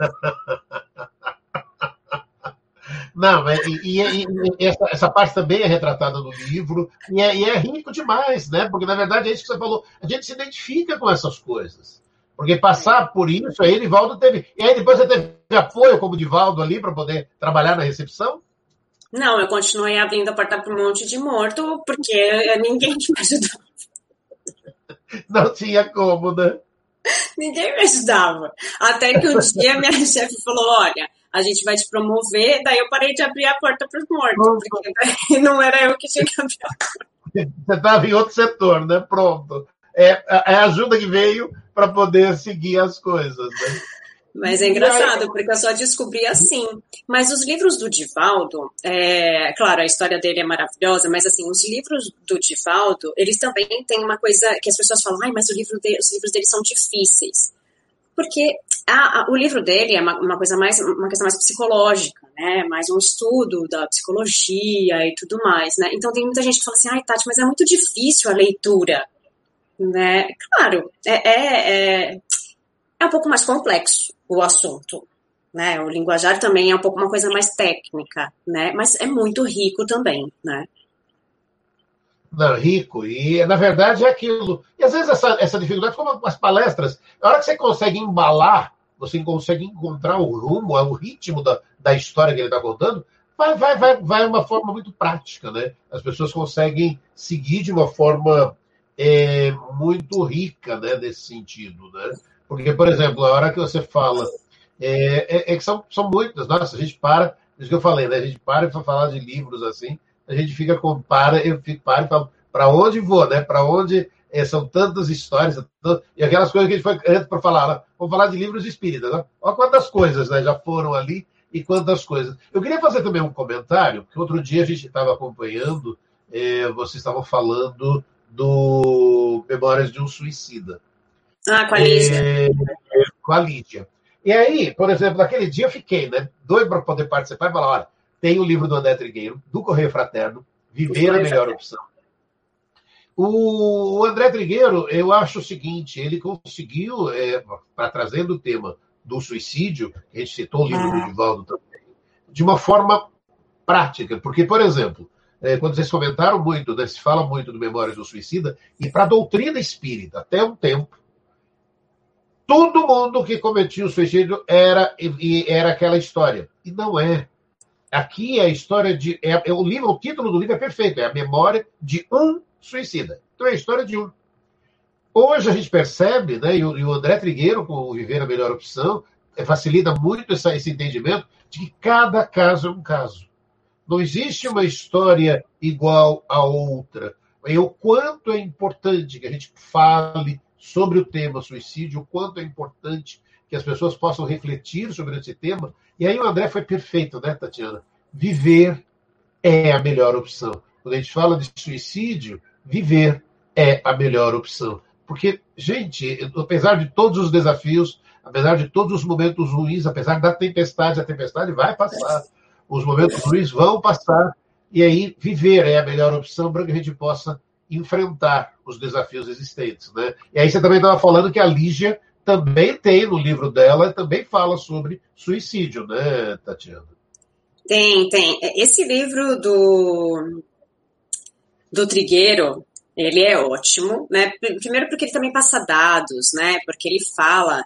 Não, essa parte também é retratada no livro, e é rico demais, né? Porque, na verdade, é isso que você falou, a gente se identifica com essas coisas. Porque passar por isso, aí Divaldo teve... E aí depois você teve apoio como Divaldo ali para poder trabalhar na recepção? Não, eu continuei abrindo a porta para um monte de morto, porque ninguém me ajudava. Não tinha como, né? Ninguém me ajudava. Até que um dia minha chefe falou, olha, a gente vai te promover, daí eu parei de abrir a porta para os mortos, porque daí não era eu que tinha que abrir a porta. Você estava em outro setor, né? Pronto. É a ajuda que veio para poder seguir as coisas, né? Mas é engraçado, porque eu só descobri assim. Mas os livros do Divaldo, claro, a história dele é maravilhosa, mas assim, os livros do Divaldo, eles também têm uma coisa que as pessoas falam, ai, mas os livros dele são difíceis. Porque o livro dele é uma questão mais psicológica, né? Mais um estudo da psicologia e tudo mais, né? Então tem muita gente que fala assim, ai, Tati, mas é muito difícil a leitura, né? Claro, é um pouco mais complexo o assunto, né? O linguajar também é um pouco uma coisa mais técnica, né? Mas é muito rico também, né? Não, rico. E, na verdade, é aquilo. E, às vezes, essa dificuldade, como as palestras, na hora que você consegue embalar, você consegue encontrar o rumo, o ritmo da história que ele está contando, vai uma forma muito prática, né? As pessoas conseguem seguir de uma forma muito rica, né, nesse sentido, né? Porque, por exemplo, a hora que você fala, que são muitas, nossa, a gente para, isso que eu falei, né? A gente para para falar de livros assim, a gente fica eu fico para e falo, para onde vou, né? Para onde são tantas histórias, e aquelas coisas que a gente foi antes para falar, né? Vamos falar de livros espíritas, né? Olha quantas coisas, né, já foram ali e quantas coisas. Eu queria fazer também um comentário, que outro dia a gente estava acompanhando, vocês estavam falando do Memórias de um Suicida. Com a Lígia. Com a Lídia. E aí, por exemplo, naquele dia eu fiquei, né, doido para poder participar e falar, olha, tem o livro do André Trigueiro, do Correio Fraterno, Viver a Melhor Opção. O André Trigueiro, eu acho o seguinte, ele conseguiu, trazendo o tema do suicídio, a gente citou o livro do Divaldo também, de uma forma prática, porque, por exemplo, quando vocês comentaram muito, né, se fala muito do Memórias do Suicida, e para a doutrina espírita, até um tempo, todo mundo que cometia o suicídio era aquela história. E não é. Aqui é a história de... o título do livro é perfeito, é a memória de um suicida. Então é a história de um. Hoje a gente percebe, né, e o André Trigueiro, com o Viver a Melhor Opção, facilita muito esse entendimento de que cada caso é um caso. Não existe uma história igual a outra. E o quanto é importante que a gente fale sobre o tema suicídio, o quanto é importante que as pessoas possam refletir sobre esse tema. E aí o André foi perfeito, né, Tatiana? Viver é a melhor opção. Quando a gente fala de suicídio, viver é a melhor opção. Porque, gente, apesar de todos os desafios, apesar de todos os momentos ruins, apesar da tempestade, a tempestade vai passar, os momentos ruins vão passar, e aí viver é a melhor opção para que a gente possa enfrentar os desafios existentes, né? E aí você também estava falando que a Lígia também tem no livro dela, também fala sobre suicídio, né, Tatiana? Tem. Esse livro do Trigueiro, ele é ótimo, né? Primeiro porque ele também passa dados, né? Porque ele fala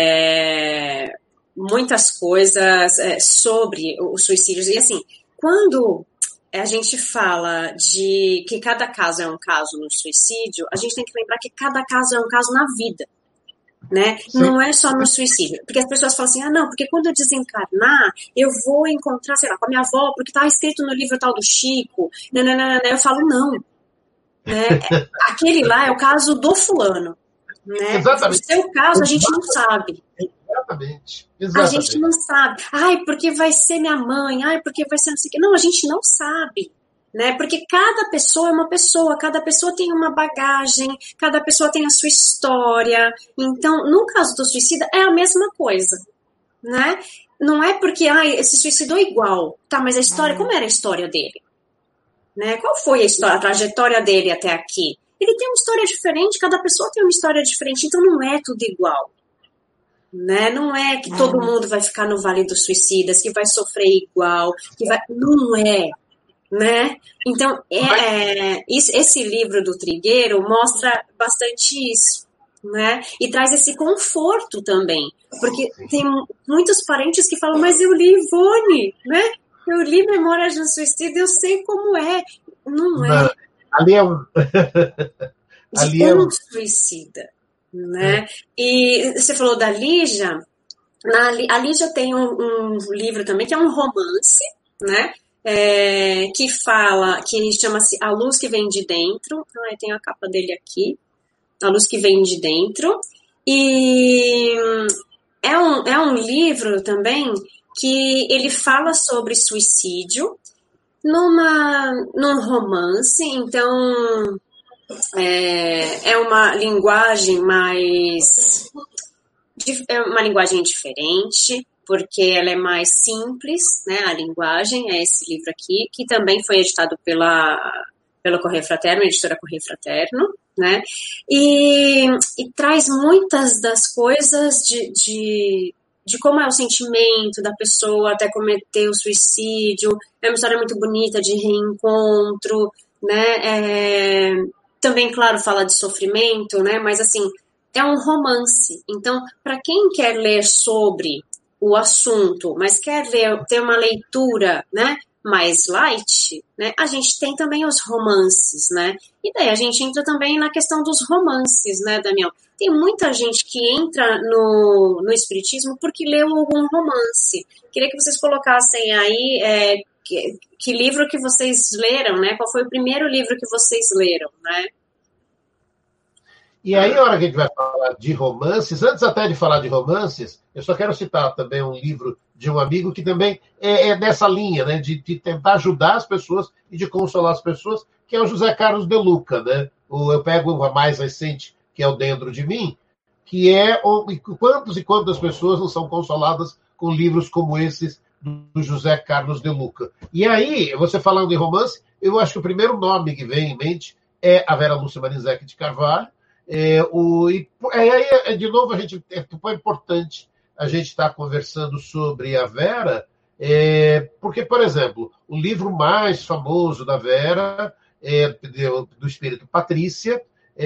muitas coisas sobre os suicídios. E assim, quando a gente fala de que cada caso é um caso no suicídio, a gente tem que lembrar que cada caso é um caso na vida, né? Não é só no suicídio. Porque as pessoas falam assim, não, porque quando eu desencarnar, eu vou encontrar, sei lá, com a minha avó, porque tá escrito no livro tal do Chico, eu falo, não. Né? Aquele lá é o caso do fulano. Né? Exatamente. O seu caso, a gente não sabe. Exatamente. A gente não sabe. Ai, porque vai ser minha mãe. Ai, porque vai ser não sei o quê. Não, a gente não sabe. Né? Porque cada pessoa é uma pessoa. Cada pessoa tem uma bagagem. Cada pessoa tem a sua história. Então, no caso do suicida, é a mesma coisa. Né? Não é porque se suicidou igual. Tá, mas a história, como era a história dele? Né? Qual foi a trajetória dele até aqui? Ele tem uma história diferente. Cada pessoa tem uma história diferente. Então, não é tudo igual. Né? Não é que todo mundo vai ficar no Vale dos Suicidas, que vai sofrer igual, não é, né? Então, esse livro do Trigueiro mostra bastante isso, né? E traz esse conforto também, porque tem muitos parentes que falam, mas eu li Ivone, né? Eu li Memórias de um Suicida, eu sei como é. Não é. Ali é um... Ali é um suicida. Né? E você falou da Lígia. A Lígia tem um livro também que é um romance, né? Que chama-se A Luz que Vem de Dentro. Tem a capa dele aqui, A Luz que Vem de Dentro. E é um livro também que ele fala sobre suicídio num romance, então é uma linguagem é uma linguagem diferente, porque ela é mais simples, né? A linguagem é esse livro aqui, que também foi editado pelo Correio Fraterno, editora Correio Fraterno, né? E traz muitas das coisas de como é o sentimento da pessoa até cometer o suicídio. É uma história muito bonita de reencontro, né? Também, claro, fala de sofrimento, né? Mas, assim, é um romance. Então, para quem quer ler sobre o assunto, mas quer ter uma leitura, né, mais light, né, a gente tem também os romances, né? E daí a gente entra também na questão dos romances, né, Damião? Tem muita gente que entra no espiritismo porque leu algum romance. Queria que vocês colocassem aí que livro que vocês leram, né? Qual foi o primeiro livro que vocês leram, né? E aí, a hora que a gente vai falar de romances, antes até de falar de romances, eu só quero citar também um livro de um amigo que também é nessa linha, né, de tentar ajudar as pessoas e de consolar as pessoas, que é o José Carlos de Luca, né? Eu pego a mais recente, que é o Dentro de Mim, que é quantas e quantas pessoas não são consoladas com livros como esses do José Carlos de Luca. E aí, você falando em romance, eu acho que o primeiro nome que vem em mente é a Vera Lúcia Marinzec de Carvalho. De novo, é importante a gente estar conversando sobre a Vera, porque, por exemplo, o livro mais famoso da Vera, do espírito Patrícia,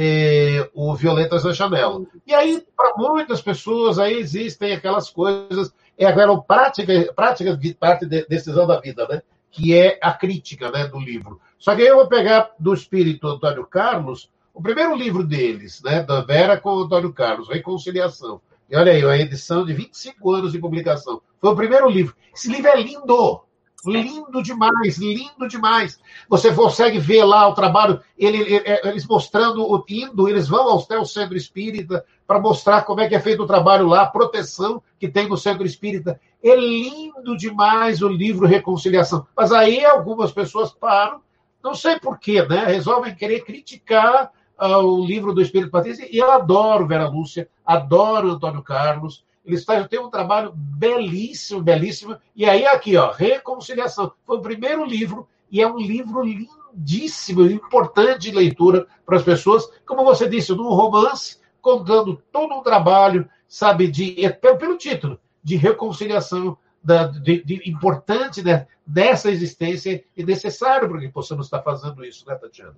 o Violetas na Janela. E aí, para muitas pessoas, aí existem aquelas coisas, aquela prática parte de decisão da vida, né? Que é a crítica, né, do livro. Só que aí eu vou pegar do espírito Antônio Carlos, o primeiro livro deles, né, da Vera com o Antônio Carlos, Reconciliação. E olha aí, a edição de 25 anos de publicação. Foi o primeiro livro. Esse livro é lindo. Lindo demais, lindo demais. Você consegue ver lá o trabalho, eles mostrando, eles vão até o Centro Espírita para mostrar como é que é feito o trabalho lá, a proteção que tem no Centro Espírita. É lindo demais o livro Reconciliação. Mas aí algumas pessoas param, não sei porquê, né? Resolvem querer criticar o livro do Espírito Patrícia, e eu adoro Vera Lúcia, adoro Antônio Carlos, eles têm um trabalho belíssimo, belíssimo, e aí aqui, ó, Reconciliação, foi o primeiro livro, e é um livro lindíssimo, importante de leitura para as pessoas, como você disse, num romance, contando todo um trabalho, sabe, pelo título, de reconciliação, importante, né, dessa existência, e necessário para que possamos estar fazendo isso, né, Tatiana?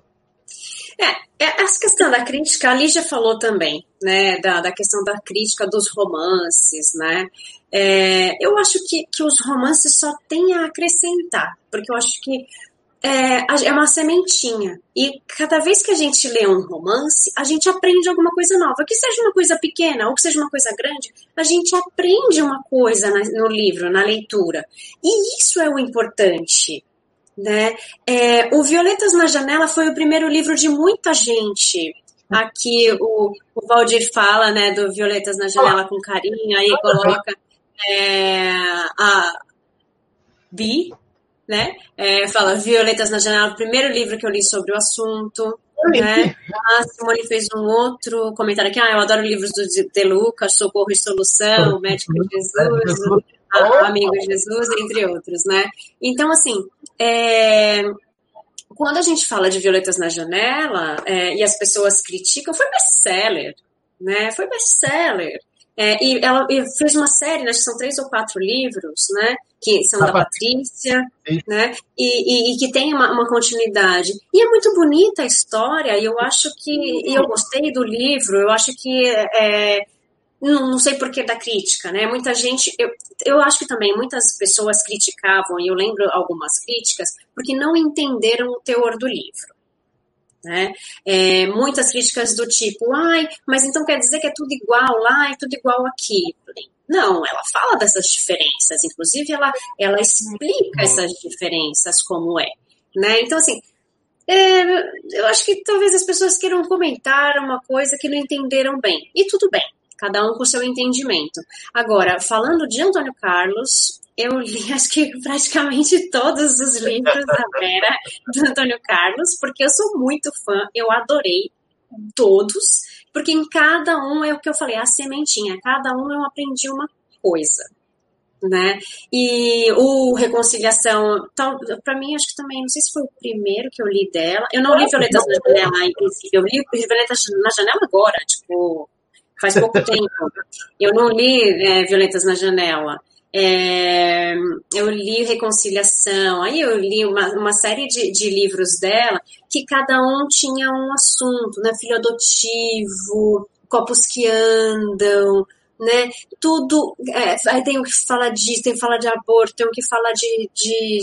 Essa questão da crítica, a Lígia falou também, né, da questão da crítica dos romances, né, eu acho que os romances só têm a acrescentar, porque eu acho que é uma sementinha, e cada vez que a gente lê um romance, a gente aprende alguma coisa nova, que seja uma coisa pequena ou que seja uma coisa grande, a gente aprende uma coisa no livro, na leitura, e isso é o importante, né? O Violetas na Janela foi o primeiro livro de muita gente. Aqui o Valdir fala, né, do Violetas na Janela com carinho, aí coloca a Bi, né? Fala Violetas na Janela, o primeiro livro que eu li sobre o assunto. Né? A Simone fez um outro comentário aqui, eu adoro livros do De Luca, Socorro e Solução, Médico Jesus, Amigo Jesus, entre outros, né? Então, assim, quando a gente fala de Violetas na Janela e as pessoas criticam, foi best-seller, né? Foi best-seller. E ela fez uma série, acho que são 3 ou 4 livros, né? Que são da Patrícia, né? E que tem uma continuidade. E é muito bonita a história, e eu acho que... E eu gostei do livro, eu acho que... não sei por que da crítica, né? Muita gente... Eu acho que também muitas pessoas criticavam, e eu lembro algumas críticas, porque não entenderam o teor do livro. Né? Muitas críticas do tipo, mas então quer dizer que é tudo igual lá e tudo igual aqui. Não, ela fala dessas diferenças, inclusive ela explica essas diferenças como né? Então, assim, eu acho que talvez as pessoas queiram comentar uma coisa que não entenderam bem, e tudo bem, cada um com o seu entendimento. Agora, falando de Antônio Carlos, eu li acho que praticamente todos os livros da Vera do Antônio Carlos, porque eu sou muito fã, eu adorei todos, porque em cada um é o que eu falei, a sementinha, cada um eu aprendi uma coisa, né? E o Reconciliação, para mim, acho que também, não sei se foi o primeiro que eu li dela. Eu não li Violetas na Janela, inclusive, eu li Violetas na Janela agora, tipo, faz pouco tempo. Eu não li Violetas na Janela. Eu li Reconciliação, aí eu li uma série de livros dela, que cada um tinha um assunto, né? Filho adotivo, Copos que Andam, né? Tudo, aí tem o que fala disso, tem que falar de aborto, tem o que fala de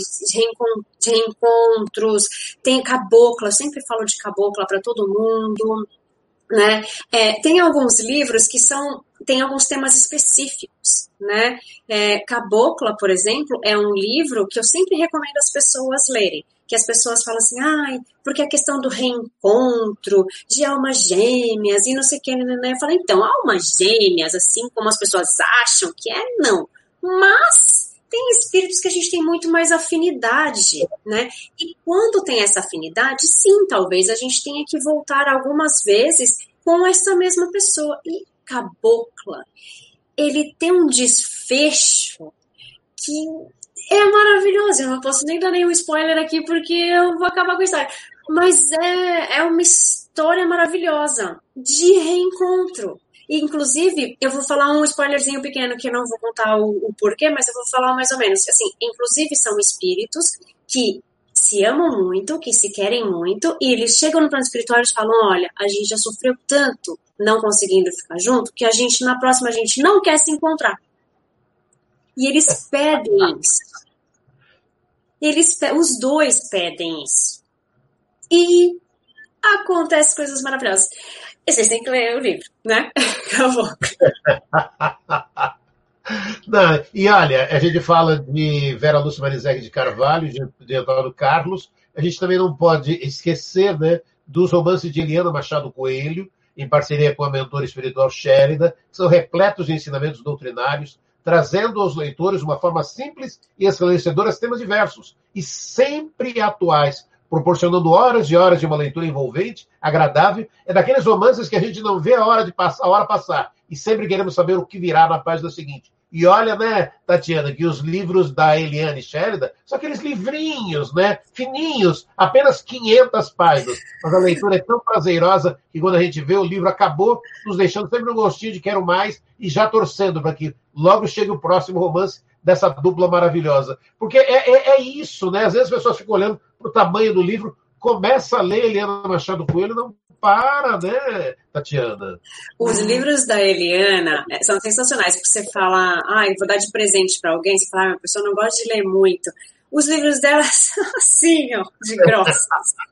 reencontros, tem Cabocla, eu sempre falo de Cabocla para todo mundo, né? Tem alguns livros que tem alguns temas específicos, né? Cabocla, por exemplo, é um livro que eu sempre recomendo as pessoas lerem, que as pessoas falam assim, porque a questão do reencontro, de almas gêmeas e não sei o que, né? Eu falo, então, almas gêmeas, assim como as pessoas acham que não, mas tem espíritos que a gente tem muito mais afinidade, né? E quando tem essa afinidade, sim, talvez a gente tenha que voltar algumas vezes com essa mesma pessoa. E Cabocla, ele tem um desfecho que é maravilhoso. Eu não posso nem dar nenhum spoiler aqui porque eu vou acabar com a história. Mas é uma história maravilhosa de reencontro. E, inclusive, eu vou falar um spoilerzinho pequeno, que eu não vou contar o porquê, mas eu vou falar mais ou menos. Assim, inclusive, são espíritos que se amam muito, que se querem muito, e eles chegam no plano espiritual e falam, olha, a gente já sofreu tanto não conseguindo ficar junto, que na próxima a gente não quer se encontrar. E eles pedem isso. Os dois pedem isso. E acontecem coisas maravilhosas. E vocês têm que ler o livro, né? Acabou. Não, e olha, a gente fala de Vera Lúcia Marizek de Carvalho, de Antônio Carlos, a gente também não pode esquecer, né, dos romances de Eliana Machado Coelho, em parceria com a mentora espiritual Shérida, que são repletos de ensinamentos doutrinários, trazendo aos leitores uma forma simples e esclarecedora temas diversos e sempre atuais, proporcionando horas e horas de uma leitura envolvente, agradável. É daqueles romances que a gente não vê a hora passar e sempre queremos saber o que virá na página seguinte. E olha, né, Tatiana, que os livros da Eliane Sheridan são aqueles livrinhos, né, fininhos, apenas 500 páginas. Mas a leitura é tão prazerosa que quando a gente vê o livro acabou, nos deixando sempre um gostinho de quero mais e já torcendo para que logo chegue o próximo romance dessa dupla maravilhosa. Porque é isso, né? Às vezes as pessoas ficam olhando para o tamanho do livro, começa a ler Eliana Machado Coelho, não para, né, Tatiana? Os livros da Eliana são sensacionais, porque você fala, eu vou dar de presente para alguém, você fala, a pessoa não gosta de ler muito. Os livros dela são assim, ó, de grossos.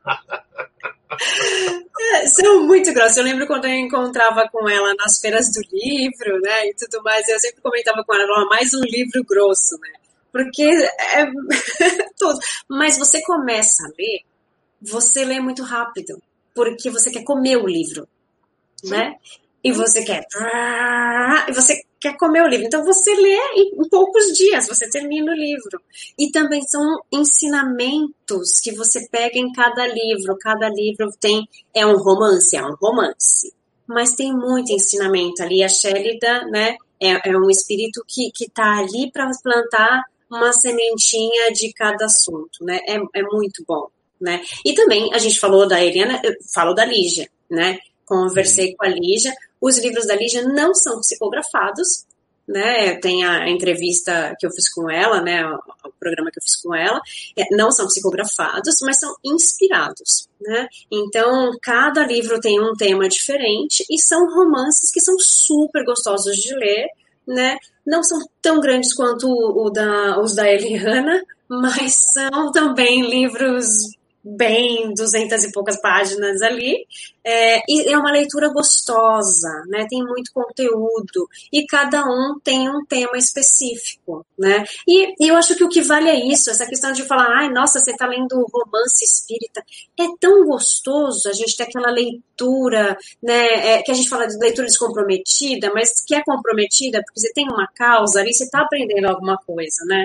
São muito grossos. Eu lembro quando eu encontrava com ela nas feiras do livro, né, e tudo mais, eu sempre comentava com ela, mais um livro grosso, né, porque tudo. Mas você começa a ler, você lê muito rápido, porque você quer comer o livro, né? E você quer comer o livro. Então você lê em poucos dias, você termina o livro. E também são ensinamentos que você pega em cada livro. Cada livro é um romance, mas tem muito ensinamento ali. A Shélida, né, é um espírito que está ali para plantar uma sementinha de cada assunto, né? É muito bom. Né? E também a gente falou da Eliana, eu falo da Lígia, né? Conversei com a Lígia. Os livros da Lígia não são psicografados, né? Tem a entrevista que eu fiz com ela, né? O programa que eu fiz com ela, não são psicografados, mas são inspirados, né? Então, cada livro tem um tema diferente e são romances que são super gostosos de ler, né? Não são tão grandes quanto os da Eliana, mas são também livros bem 200 e poucas páginas ali, e é uma leitura gostosa, né? Tem muito conteúdo, e cada um tem um tema específico, né? E eu acho que o que vale é isso, essa questão de falar, ai, nossa, você está lendo romance espírita, é tão gostoso a gente ter aquela leitura, né, que a gente fala de leitura descomprometida, mas que é comprometida porque você tem uma causa ali, você está aprendendo alguma coisa, né?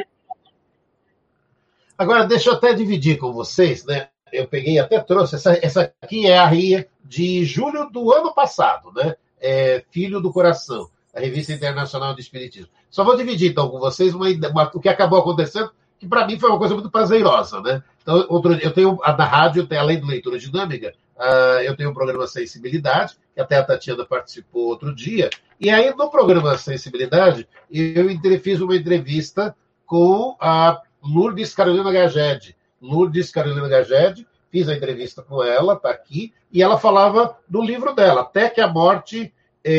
Agora, deixa eu até dividir com vocês, né? Eu peguei, até trouxe, essa aqui é a RIA de julho do ano passado, né? Filho do Coração, a Revista Internacional de Espiritismo. Só vou dividir, então, com vocês o que acabou acontecendo, que para mim foi uma coisa muito prazerosa, né? Então, eu tenho, na rádio, além do Leitura Dinâmica, eu tenho o programa Sensibilidade, que até a Tatiana participou outro dia, e aí no programa Sensibilidade, eu fiz uma entrevista com a Lourdes Carolina Gaged. Lourdes Carolina Gaged, fiz a entrevista com ela, está aqui, e ela falava do livro dela, Até que a Morte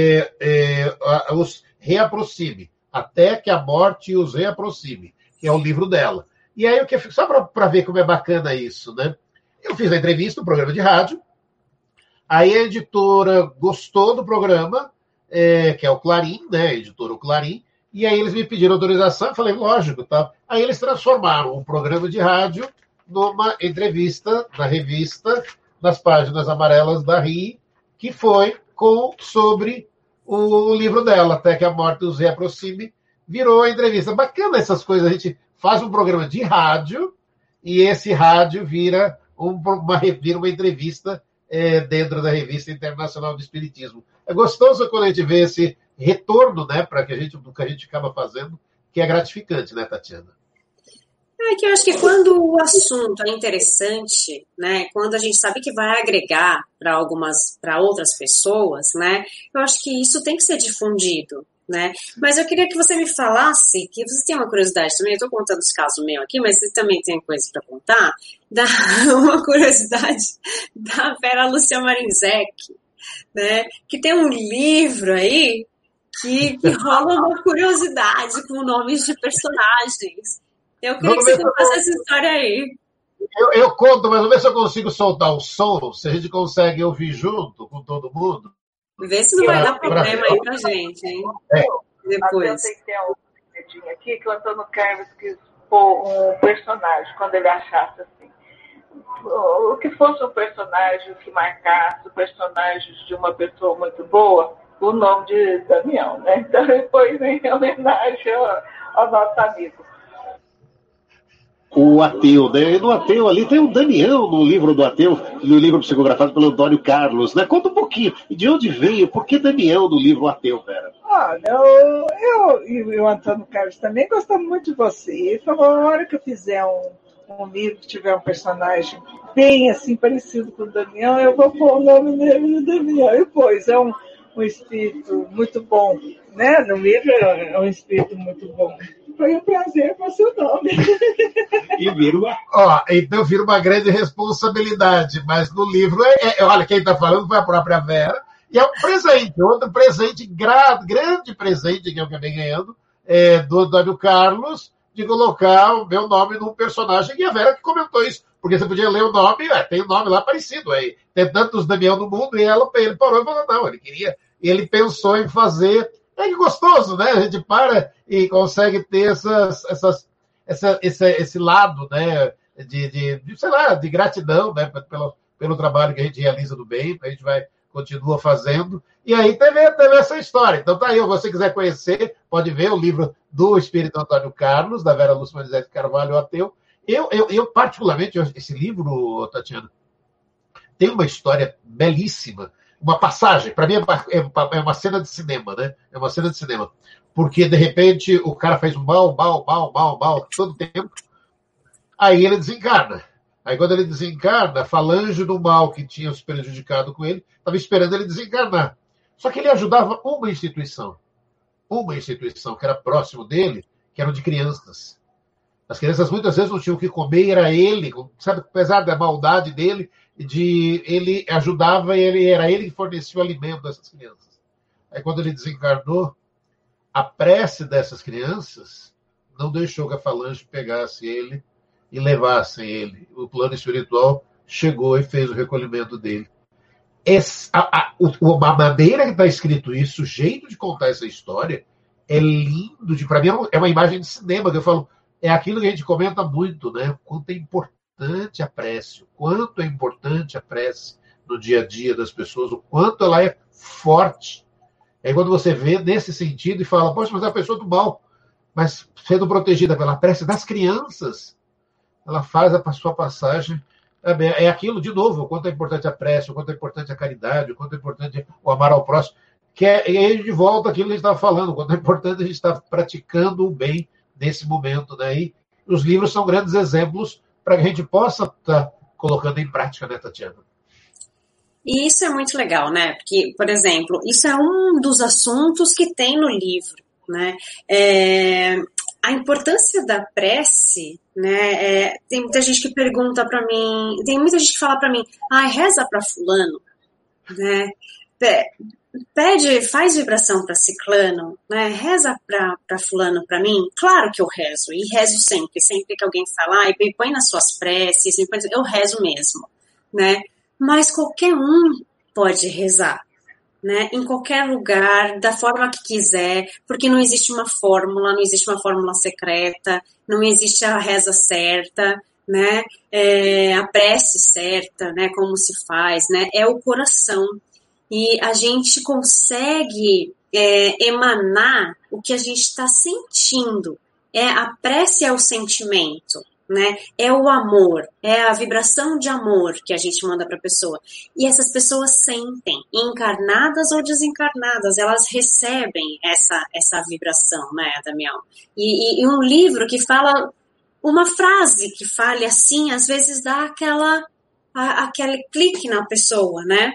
os reaproxime. Até que a Morte os reaproxime, que é o livro dela. E aí, só para ver como é bacana isso, né? Eu fiz a entrevista no programa de rádio, aí a editora gostou do programa, que é o Clarim, né? A editora o Clarim, e aí eles me pediram autorização, eu falei, lógico, tá? Aí eles transformaram um programa de rádio numa entrevista na revista, nas páginas amarelas da RI, que foi sobre o livro dela, Até que a Morte os reaproxime, virou a entrevista. Bacana essas coisas, a gente faz um programa de rádio e esse rádio vira uma entrevista dentro da Revista Internacional de Espiritismo. É gostoso quando a gente vê esse retorno, né, para do que a gente acaba fazendo, que é gratificante, né, Tatiana? É que eu acho que quando o assunto é interessante, né, quando a gente sabe que vai agregar para outras pessoas, né, eu acho que isso tem que ser difundido, né. Mas eu queria que você me falasse, que você tem uma curiosidade também, eu estou contando os casos meus aqui, mas você também tem coisa para contar, uma curiosidade da Vera Lúcia Marinzec, né, que tem um livro aí que rola uma curiosidade com nomes de personagens. Eu queria que você contasse essa história aí. Eu conto, mas vamos ver se eu consigo soltar o som, se a gente consegue ouvir junto com todo mundo. Vê se não vai dar problema aí pra gente, hein? Depois. Eu tenho um dedinho aqui que o Antônio Carlos quis pôr um personagem, quando ele achasse assim. O que fosse um personagem que marcasse o personagem de uma pessoa muito boa, o nome de Damião, né? Então ele pôs em homenagem ao nosso amigo. O ateu, né? No ateu ali tem o Damião no livro do ateu, no livro psicografado pelo Antônio Carlos, né? Conta um pouquinho. E de onde veio? Por que Damião no livro ateu, Vera? Olha, eu e o Antônio Carlos também gostamos muito de você. Ele falou, a hora que eu fizer um livro que tiver um personagem bem assim, parecido com o Damião, eu vou pôr o nome dele no Damião. E pois, é um espírito muito bom, né? No livro é um espírito muito bom. Foi um prazer com o seu nome. E então vira uma grande responsabilidade, mas no livro, olha, quem está falando foi a própria Vera, e é um presente, outro presente, grande presente que eu acabei ganhando, do Antônio Carlos, de colocar o meu nome num personagem, e a Vera que comentou isso, porque você podia ler o nome, tem um nome lá parecido, aí tem tantos Damião no mundo, e ele parou e falou, não, ele pensou em fazer. É que gostoso, né? A gente para e consegue ter esse lado, né? Sei lá, de gratidão, né? Pelo trabalho que a gente realiza do bem, a gente continua fazendo. E aí teve essa história. Então tá aí, se você quiser conhecer, pode ver o livro do Espírito Antônio Carlos, da Vera Lúcia Marinzec Carvalho, o Ateu. Eu particularmente, esse livro, Tatiana, tem uma história belíssima. Uma passagem, para mim é uma cena de cinema, né? É uma cena de cinema. Porque, de repente, o cara faz um mal todo tempo, aí ele desencarna. Aí, quando ele desencarna, a falange do mal que tinha se prejudicado com ele, estava esperando ele desencarnar. Só que ele ajudava uma instituição que era próximo dele, que eram de crianças. As crianças muitas vezes não tinham o que comer, e era ele, sabe, apesar da maldade dele, ele ajudava, era ele que fornecia o alimento dessas crianças. Aí quando ele desencarnou, a prece dessas crianças não deixou que a falange pegasse ele e levassem ele. O plano espiritual chegou e fez o recolhimento dele. A maneira que está escrito isso, o jeito de contar essa história, é lindo. Para mim é uma imagem de cinema, que eu falo, é aquilo que a gente comenta muito, né? Quanto é importante a prece, o quanto é importante a prece no dia a dia das pessoas, o quanto ela é forte. Aí quando você vê nesse sentido e fala, poxa, mas é a pessoa do mal, mas sendo protegida pela prece das crianças, ela faz a sua passagem. É aquilo, de novo, o quanto é importante a prece, o quanto é importante a caridade, o quanto é importante o amar ao próximo, que é de volta aquilo que a gente estava falando, o quanto é importante a gente estar praticando o bem nesse momento. Né? E os livros são grandes exemplos para que a gente possa estar colocando em prática, né, Tatiana? E isso é muito legal, né? Porque, por exemplo, isso é um dos assuntos que tem no livro, né? A importância da prece, né? Tem muita gente que pergunta para mim, tem muita gente que fala para mim, reza para fulano, né? Pede, faz vibração para ciclano, né? Reza para fulano para mim. Claro que eu rezo, e rezo sempre que alguém falar, me põe nas suas preces, eu rezo mesmo, né? Mas qualquer um pode rezar, né? Em qualquer lugar, da forma que quiser, porque não existe uma fórmula secreta, não existe a reza certa, né? A prece certa, né? Como se faz, né? É o coração. E a gente consegue emanar o que a gente está sentindo. A prece é o sentimento, né? É o amor, é a vibração de amor que a gente manda para a pessoa. E essas pessoas sentem, encarnadas ou desencarnadas, elas recebem essa vibração, né, Damião? E um livro que fala, uma frase que fale assim, às vezes dá aquele clique na pessoa, né?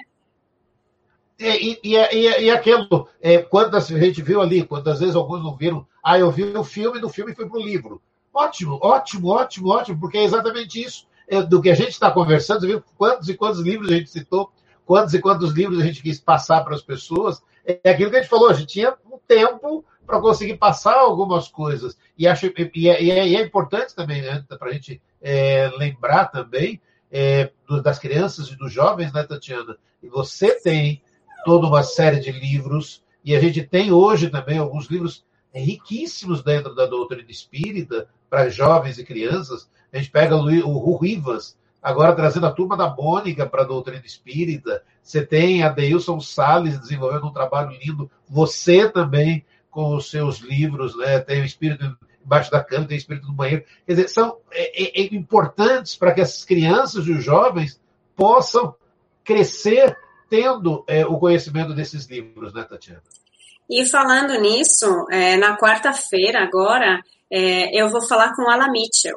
E aquilo, quantas a gente viu ali, quantas vezes alguns não viram, eu vi o filme, do filme fui para o livro. Ótimo, porque é exatamente isso do que a gente está conversando. Você viu quantos e quantos livros a gente citou, quantos e quantos livros a gente quis passar para as pessoas. É aquilo que a gente falou, a gente tinha um tempo para conseguir passar algumas coisas. E é importante também, né, para a gente lembrar também das crianças e dos jovens, né, Tatiana? E você tem toda uma série de livros, e a gente tem hoje também alguns livros riquíssimos dentro da doutrina espírita, para jovens e crianças. A gente pega o Rivas, agora trazendo a Turma da Mônica para a doutrina espírita. Você tem a Deilson Salles desenvolvendo um trabalho lindo. Você também, com os seus livros, né? Tem o Espírito embaixo da cama, tem o Espírito no banheiro. Quer dizer, são importantes para que as crianças e os jovens possam crescer tendo o conhecimento desses livros, né, Tatiana? E falando nisso, na quarta-feira agora, eu vou falar com Ala Mitchell,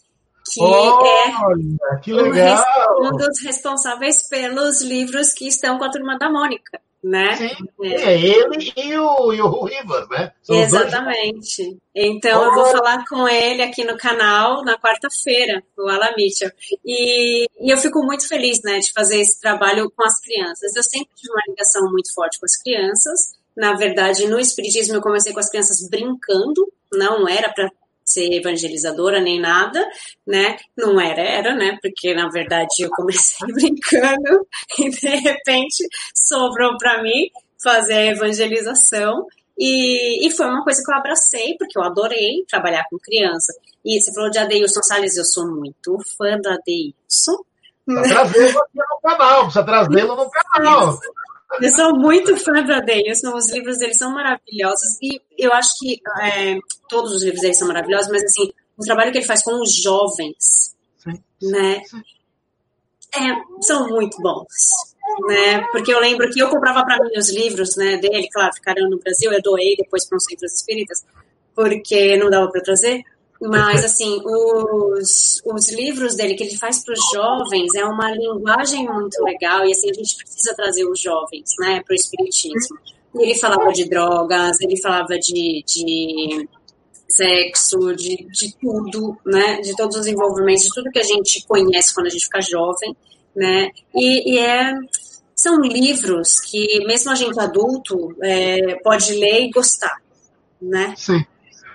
que legal. Um dos responsáveis pelos livros que estão com a Turma da Mônica, né? Sim, ele e o Rivas, né? São exatamente. Então, eu vou falar com ele aqui no canal na quarta-feira, o Ala Mitchell. E eu fico muito feliz, né, de fazer esse trabalho com as crianças. Eu sempre tive uma ligação muito forte com as crianças. Na verdade, no Espiritismo eu comecei com as crianças brincando, não era para ser evangelizadora nem nada, né? Não era, né? Porque, na verdade, eu comecei brincando e, de repente, sobrou para mim fazer a evangelização. E foi uma coisa que eu abracei, porque eu adorei trabalhar com criança. E você falou de Adeilson Salles, eu sou muito fã da Adeilson. Precisa trazê-lo aqui no canal, precisa trazê-lo no canal. Eu sou muito fã do Adeilson, os livros dele são maravilhosos, e eu acho que todos os livros dele são maravilhosos, mas assim, o trabalho que ele faz com os jovens, né, são muito bons, né, porque eu lembro que eu comprava para mim os livros, né, dele, claro, ficaram no Brasil, eu doei depois para uns centros espíritas, porque não dava para eu trazer. Mas, assim, os livros dele que ele faz para os jovens é uma linguagem muito legal e, assim, a gente precisa trazer os jovens, né, para o espiritismo. Ele falava de drogas, ele falava de sexo, de tudo, né, de todos os envolvimentos, de tudo que a gente conhece quando a gente fica jovem, né, são livros que, mesmo a gente adulto, pode ler e gostar, né. Sim.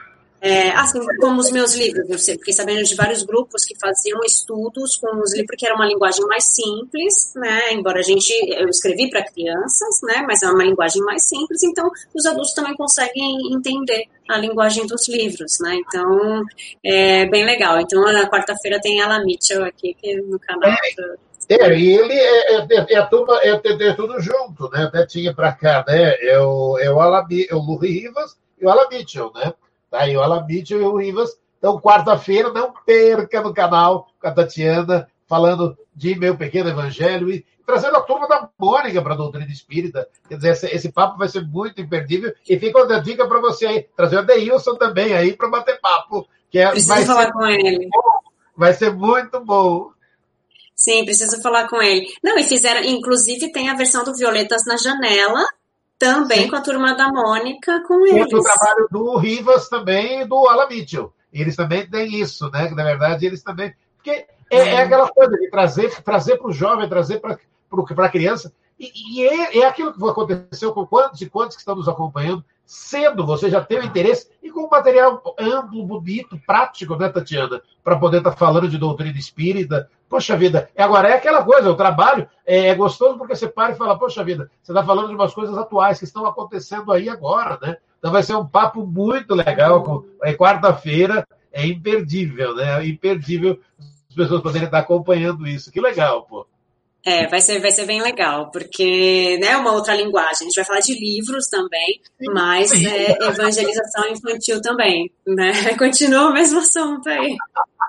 Assim como os meus livros, eu fiquei sabendo de vários grupos que faziam estudos com os livros, que era uma linguagem mais simples, né? Embora eu escrevi para crianças, né? Mas é uma linguagem mais simples, então os adultos também conseguem entender a linguagem dos livros, né? Então, é bem legal. Então, na quarta-feira tem Ella Mitchell aqui no canal. E ele a turma, é tudo junto, né? Até tinha para cá, né? É o Lu Rivas e o Ella Mitchell, né? Tá aí o Ella Mitchell e o Rivas. Então, quarta-feira, não perca no canal com a Tatiana, falando de Meu Pequeno Evangelho e trazendo a turma da Mônica para a doutrina espírita. Quer dizer, esse papo vai ser muito imperdível. E fica uma dica para você aí, trazer o Adeilson também aí para bater papo. Preciso falar com ele. Vai ser muito bom. Sim, preciso falar com ele. Não, e fizeram, inclusive tem a versão do Violetas na Janela, também Sim. com a turma da Mônica, com eles. Tem o trabalho do Rivas também e do Ella Mitchell. Eles também têm isso, né? Que, na verdade, eles também... Porque é aquela coisa de trazer para o jovem, trazer para a criança. E é aquilo que aconteceu com quantos e quantos que estão nos acompanhando. Cedo você já tem o interesse e com um material amplo, bonito, prático, né, Tatiana? Para poder estar falando de doutrina espírita. Poxa vida, agora é aquela coisa, o trabalho é gostoso porque você para e fala, poxa vida, você está falando de umas coisas atuais que estão acontecendo aí agora, né? Então vai ser um papo muito legal. Quarta-feira é imperdível, né? É imperdível as pessoas poderem estar acompanhando isso. Que legal, pô. Vai ser bem legal, porque é uma outra linguagem. A gente vai falar de livros também, mas evangelização infantil também, né? Continua o mesmo assunto aí.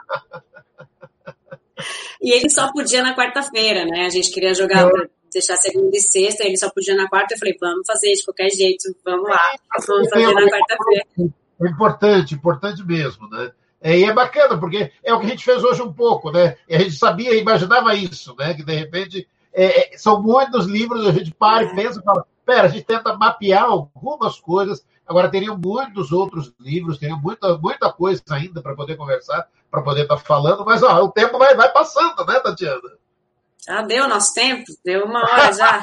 E ele só podia na quarta-feira, né? A gente queria deixar segunda e sexta, ele só podia na quarta. Eu falei, vamos fazer de qualquer jeito, vamos lá, vamos fazer na quarta-feira. É importante mesmo, né? E é bacana, porque é o que a gente fez hoje um pouco, né? E a gente imaginava isso, né? Que de repente são muitos livros, a gente para e pensa e fala, a gente tenta mapear algumas coisas, agora teriam muitos outros livros, teriam muita coisa ainda para poder conversar, para poder estar falando, mas o tempo vai passando, né, Tatiana? Já deu nosso tempo, deu 1 hora já.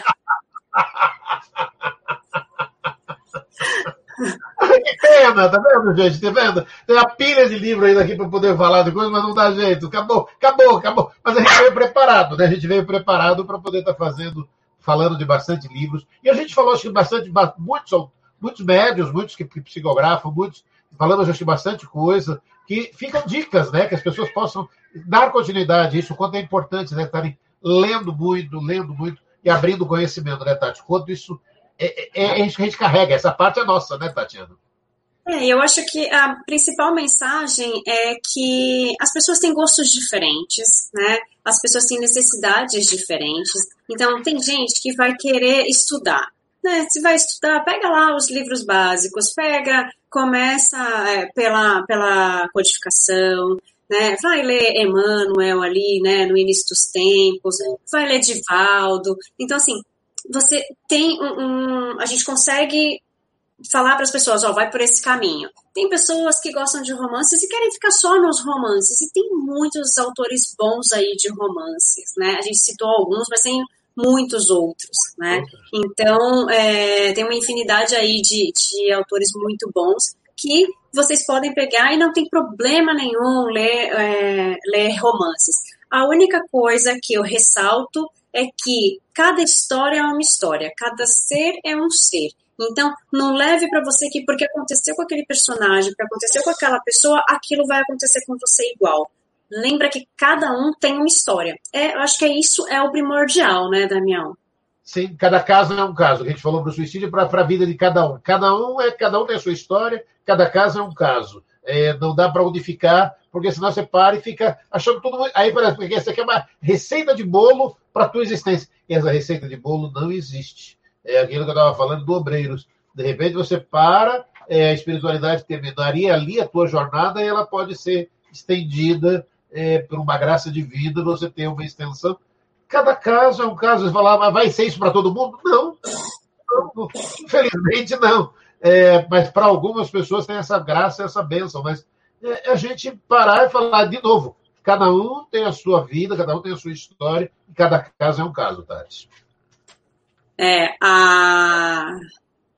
Que pena, tá vendo, gente? Tá vendo? Tem uma pilha de livro ainda aqui para poder falar de coisa, mas não dá jeito. Acabou. Mas a gente veio preparado, né? A gente veio preparado para poder estar falando de bastante livros. E a gente falou, acho que muitos médios, muitos que psicografam, muitos falamos, acho que bastante coisa, que ficam dicas, né? Que as pessoas possam dar continuidade a isso, o quanto é importante, né? Estarem lendo muito e abrindo conhecimento, né, Tati? Quanto isso a gente carrega, essa parte é nossa, né, Tatiana? Eu acho que a principal mensagem é que as pessoas têm gostos diferentes, né? As pessoas têm necessidades diferentes. Então, tem gente que vai querer estudar, né? Se vai estudar, pega lá os livros básicos, começa pela codificação, né? Vai ler Emmanuel ali, né? No início dos tempos, vai ler Divaldo. Então, assim, você tem a gente consegue falar para as pessoas, vai por esse caminho. Tem pessoas que gostam de romances e querem ficar só nos romances, e tem muitos autores bons aí de romances, né? A gente citou alguns, mas tem muitos outros, né? Então, tem uma infinidade aí de autores muito bons que vocês podem pegar e não tem problema nenhum ler romances. A única coisa que eu ressalto é que cada história é uma história, cada ser é um ser. Então, não leve para você que porque aconteceu com aquele personagem, porque aconteceu com aquela pessoa, aquilo vai acontecer com você igual. Lembra que cada um tem uma história. Eu acho que isso é o primordial, né, Damião? Sim, cada caso é um caso. A gente falou para o suicídio para a vida de cada um. Cada um tem a sua história, cada caso é um caso. Não dá para unificar, porque senão você para e fica achando tudo muito... Aí parece que essa aqui é uma receita de bolo para a tua existência. E essa receita de bolo não existe. É aquilo que eu estava falando do Obreiros. De repente você para, a espiritualidade terminaria ali a tua jornada e ela pode ser estendida por uma graça divina, você tem uma extensão. Cada caso é um caso. Você fala, mas vai ser isso para todo mundo? Não. Infelizmente não. Mas para algumas pessoas tem essa graça, essa bênção. Mas a gente parar e falar de novo. Cada um tem a sua vida, cada um tem a sua história, e cada caso é um caso, Tati.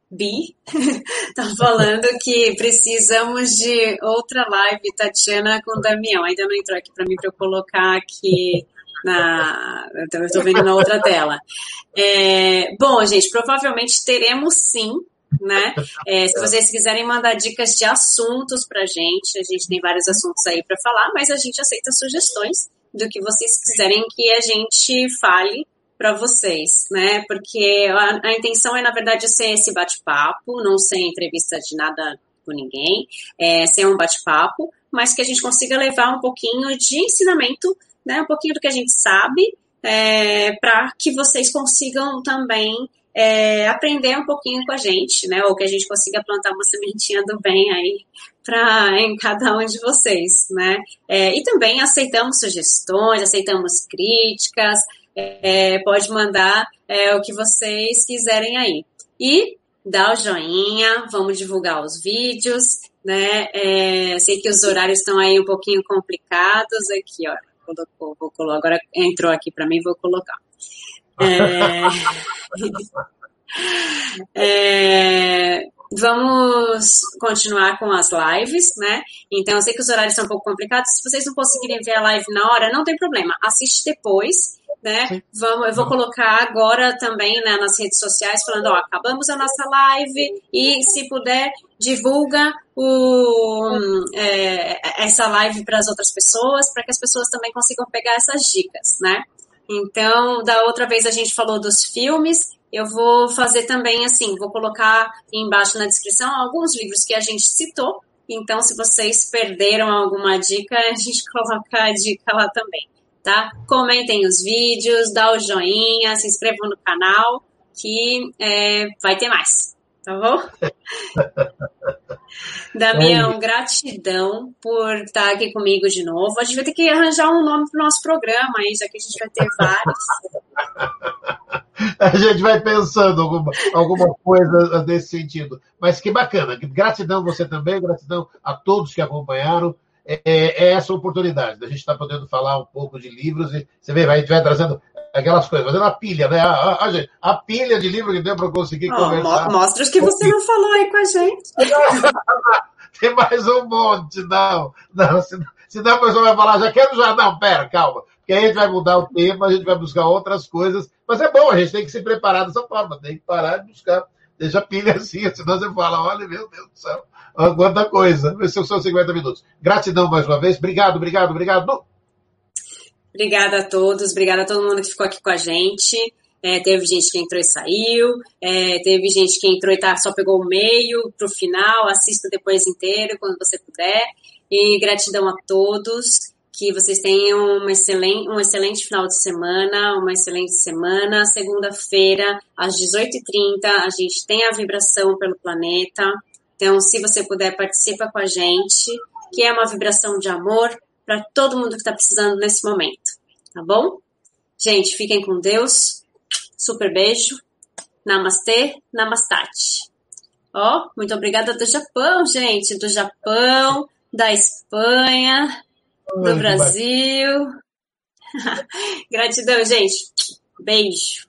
Bi, tá falando que precisamos de outra live, Tatiana com o Damião. Ainda não entrou aqui para mim para eu colocar aqui eu estou vendo na outra tela. Bom, gente, provavelmente teremos sim, né? Se vocês quiserem mandar dicas de assuntos para a gente tem vários assuntos aí para falar, mas a gente aceita sugestões do que vocês quiserem que a gente fale para vocês, né? Porque a intenção é, na verdade, ser esse bate-papo, não ser entrevista de nada com ninguém, ser um bate-papo, mas que a gente consiga levar um pouquinho de ensinamento, né? Um pouquinho do que a gente sabe, para que vocês consigam também aprender um pouquinho com a gente, né? Ou que a gente consiga plantar uma sementinha do bem aí em cada um de vocês, né? E também aceitamos sugestões, aceitamos críticas, pode mandar o que vocês quiserem aí. E dá o joinha, vamos divulgar os vídeos, né? Sei que os horários estão aí um pouquinho complicados. Aqui, ó, agora entrou aqui para mim, vou colocar. Vamos continuar com as lives, né? Então, eu sei que os horários são um pouco complicados. Se vocês não conseguirem ver a live na hora, não tem problema. Assiste depois, né? Eu vou colocar agora também, né, nas redes sociais, falando, acabamos a nossa live e, se puder, divulga essa live para as outras pessoas, para que as pessoas também consigam pegar essas dicas, né? Então, da outra vez a gente falou dos filmes. Eu vou fazer também assim, vou colocar embaixo na descrição alguns livros que a gente citou. Então, se vocês perderam alguma dica, a gente coloca a dica lá também, tá? Comentem os vídeos, dá o joinha, se inscrevam no canal, que vai ter mais, tá bom? Damião, gratidão por estar aqui comigo de novo. A gente vai ter que arranjar um nome para o nosso programa aí, já que a gente vai ter vários. A gente vai pensando alguma coisa nesse sentido. Mas que bacana. Gratidão você também, gratidão a todos que acompanharam. É essa oportunidade da gente estar podendo falar um pouco de livros e você vê, a gente vai trazendo aquelas coisas, fazendo a pilha, né? Gente, a pilha de livro que deu para conseguir conversar. Mostra os que você não falou aí com a gente. Tem mais um monte, não. Senão a pessoa vai falar, não, pera, calma. Porque aí a gente vai mudar o tema, a gente vai buscar outras coisas. Mas é bom, a gente tem que se preparar dessa forma, tem que parar de buscar. Deixa a pilha assim, senão você fala, olha, meu Deus do céu, quanta coisa. Esses são 50 minutos. Gratidão mais uma vez. Obrigado. Obrigada a todos, obrigada a todo mundo que ficou aqui com a gente. Teve gente que entrou e saiu, teve gente que entrou e só pegou o meio pro final. Assista depois inteiro, quando você puder. E gratidão a todos. Que vocês tenham um excelente final de semana, uma excelente semana. Segunda-feira, às 18h30, a gente tem a vibração pelo planeta. Então, se você puder, participa com a gente, que é uma vibração de amor para todo mundo que está precisando nesse momento, tá bom? Gente, fiquem com Deus. Super beijo. Namastê, namastate. Muito obrigada do Japão, gente. Do Japão, da Espanha, do Brasil. Gratidão, gente. Beijo.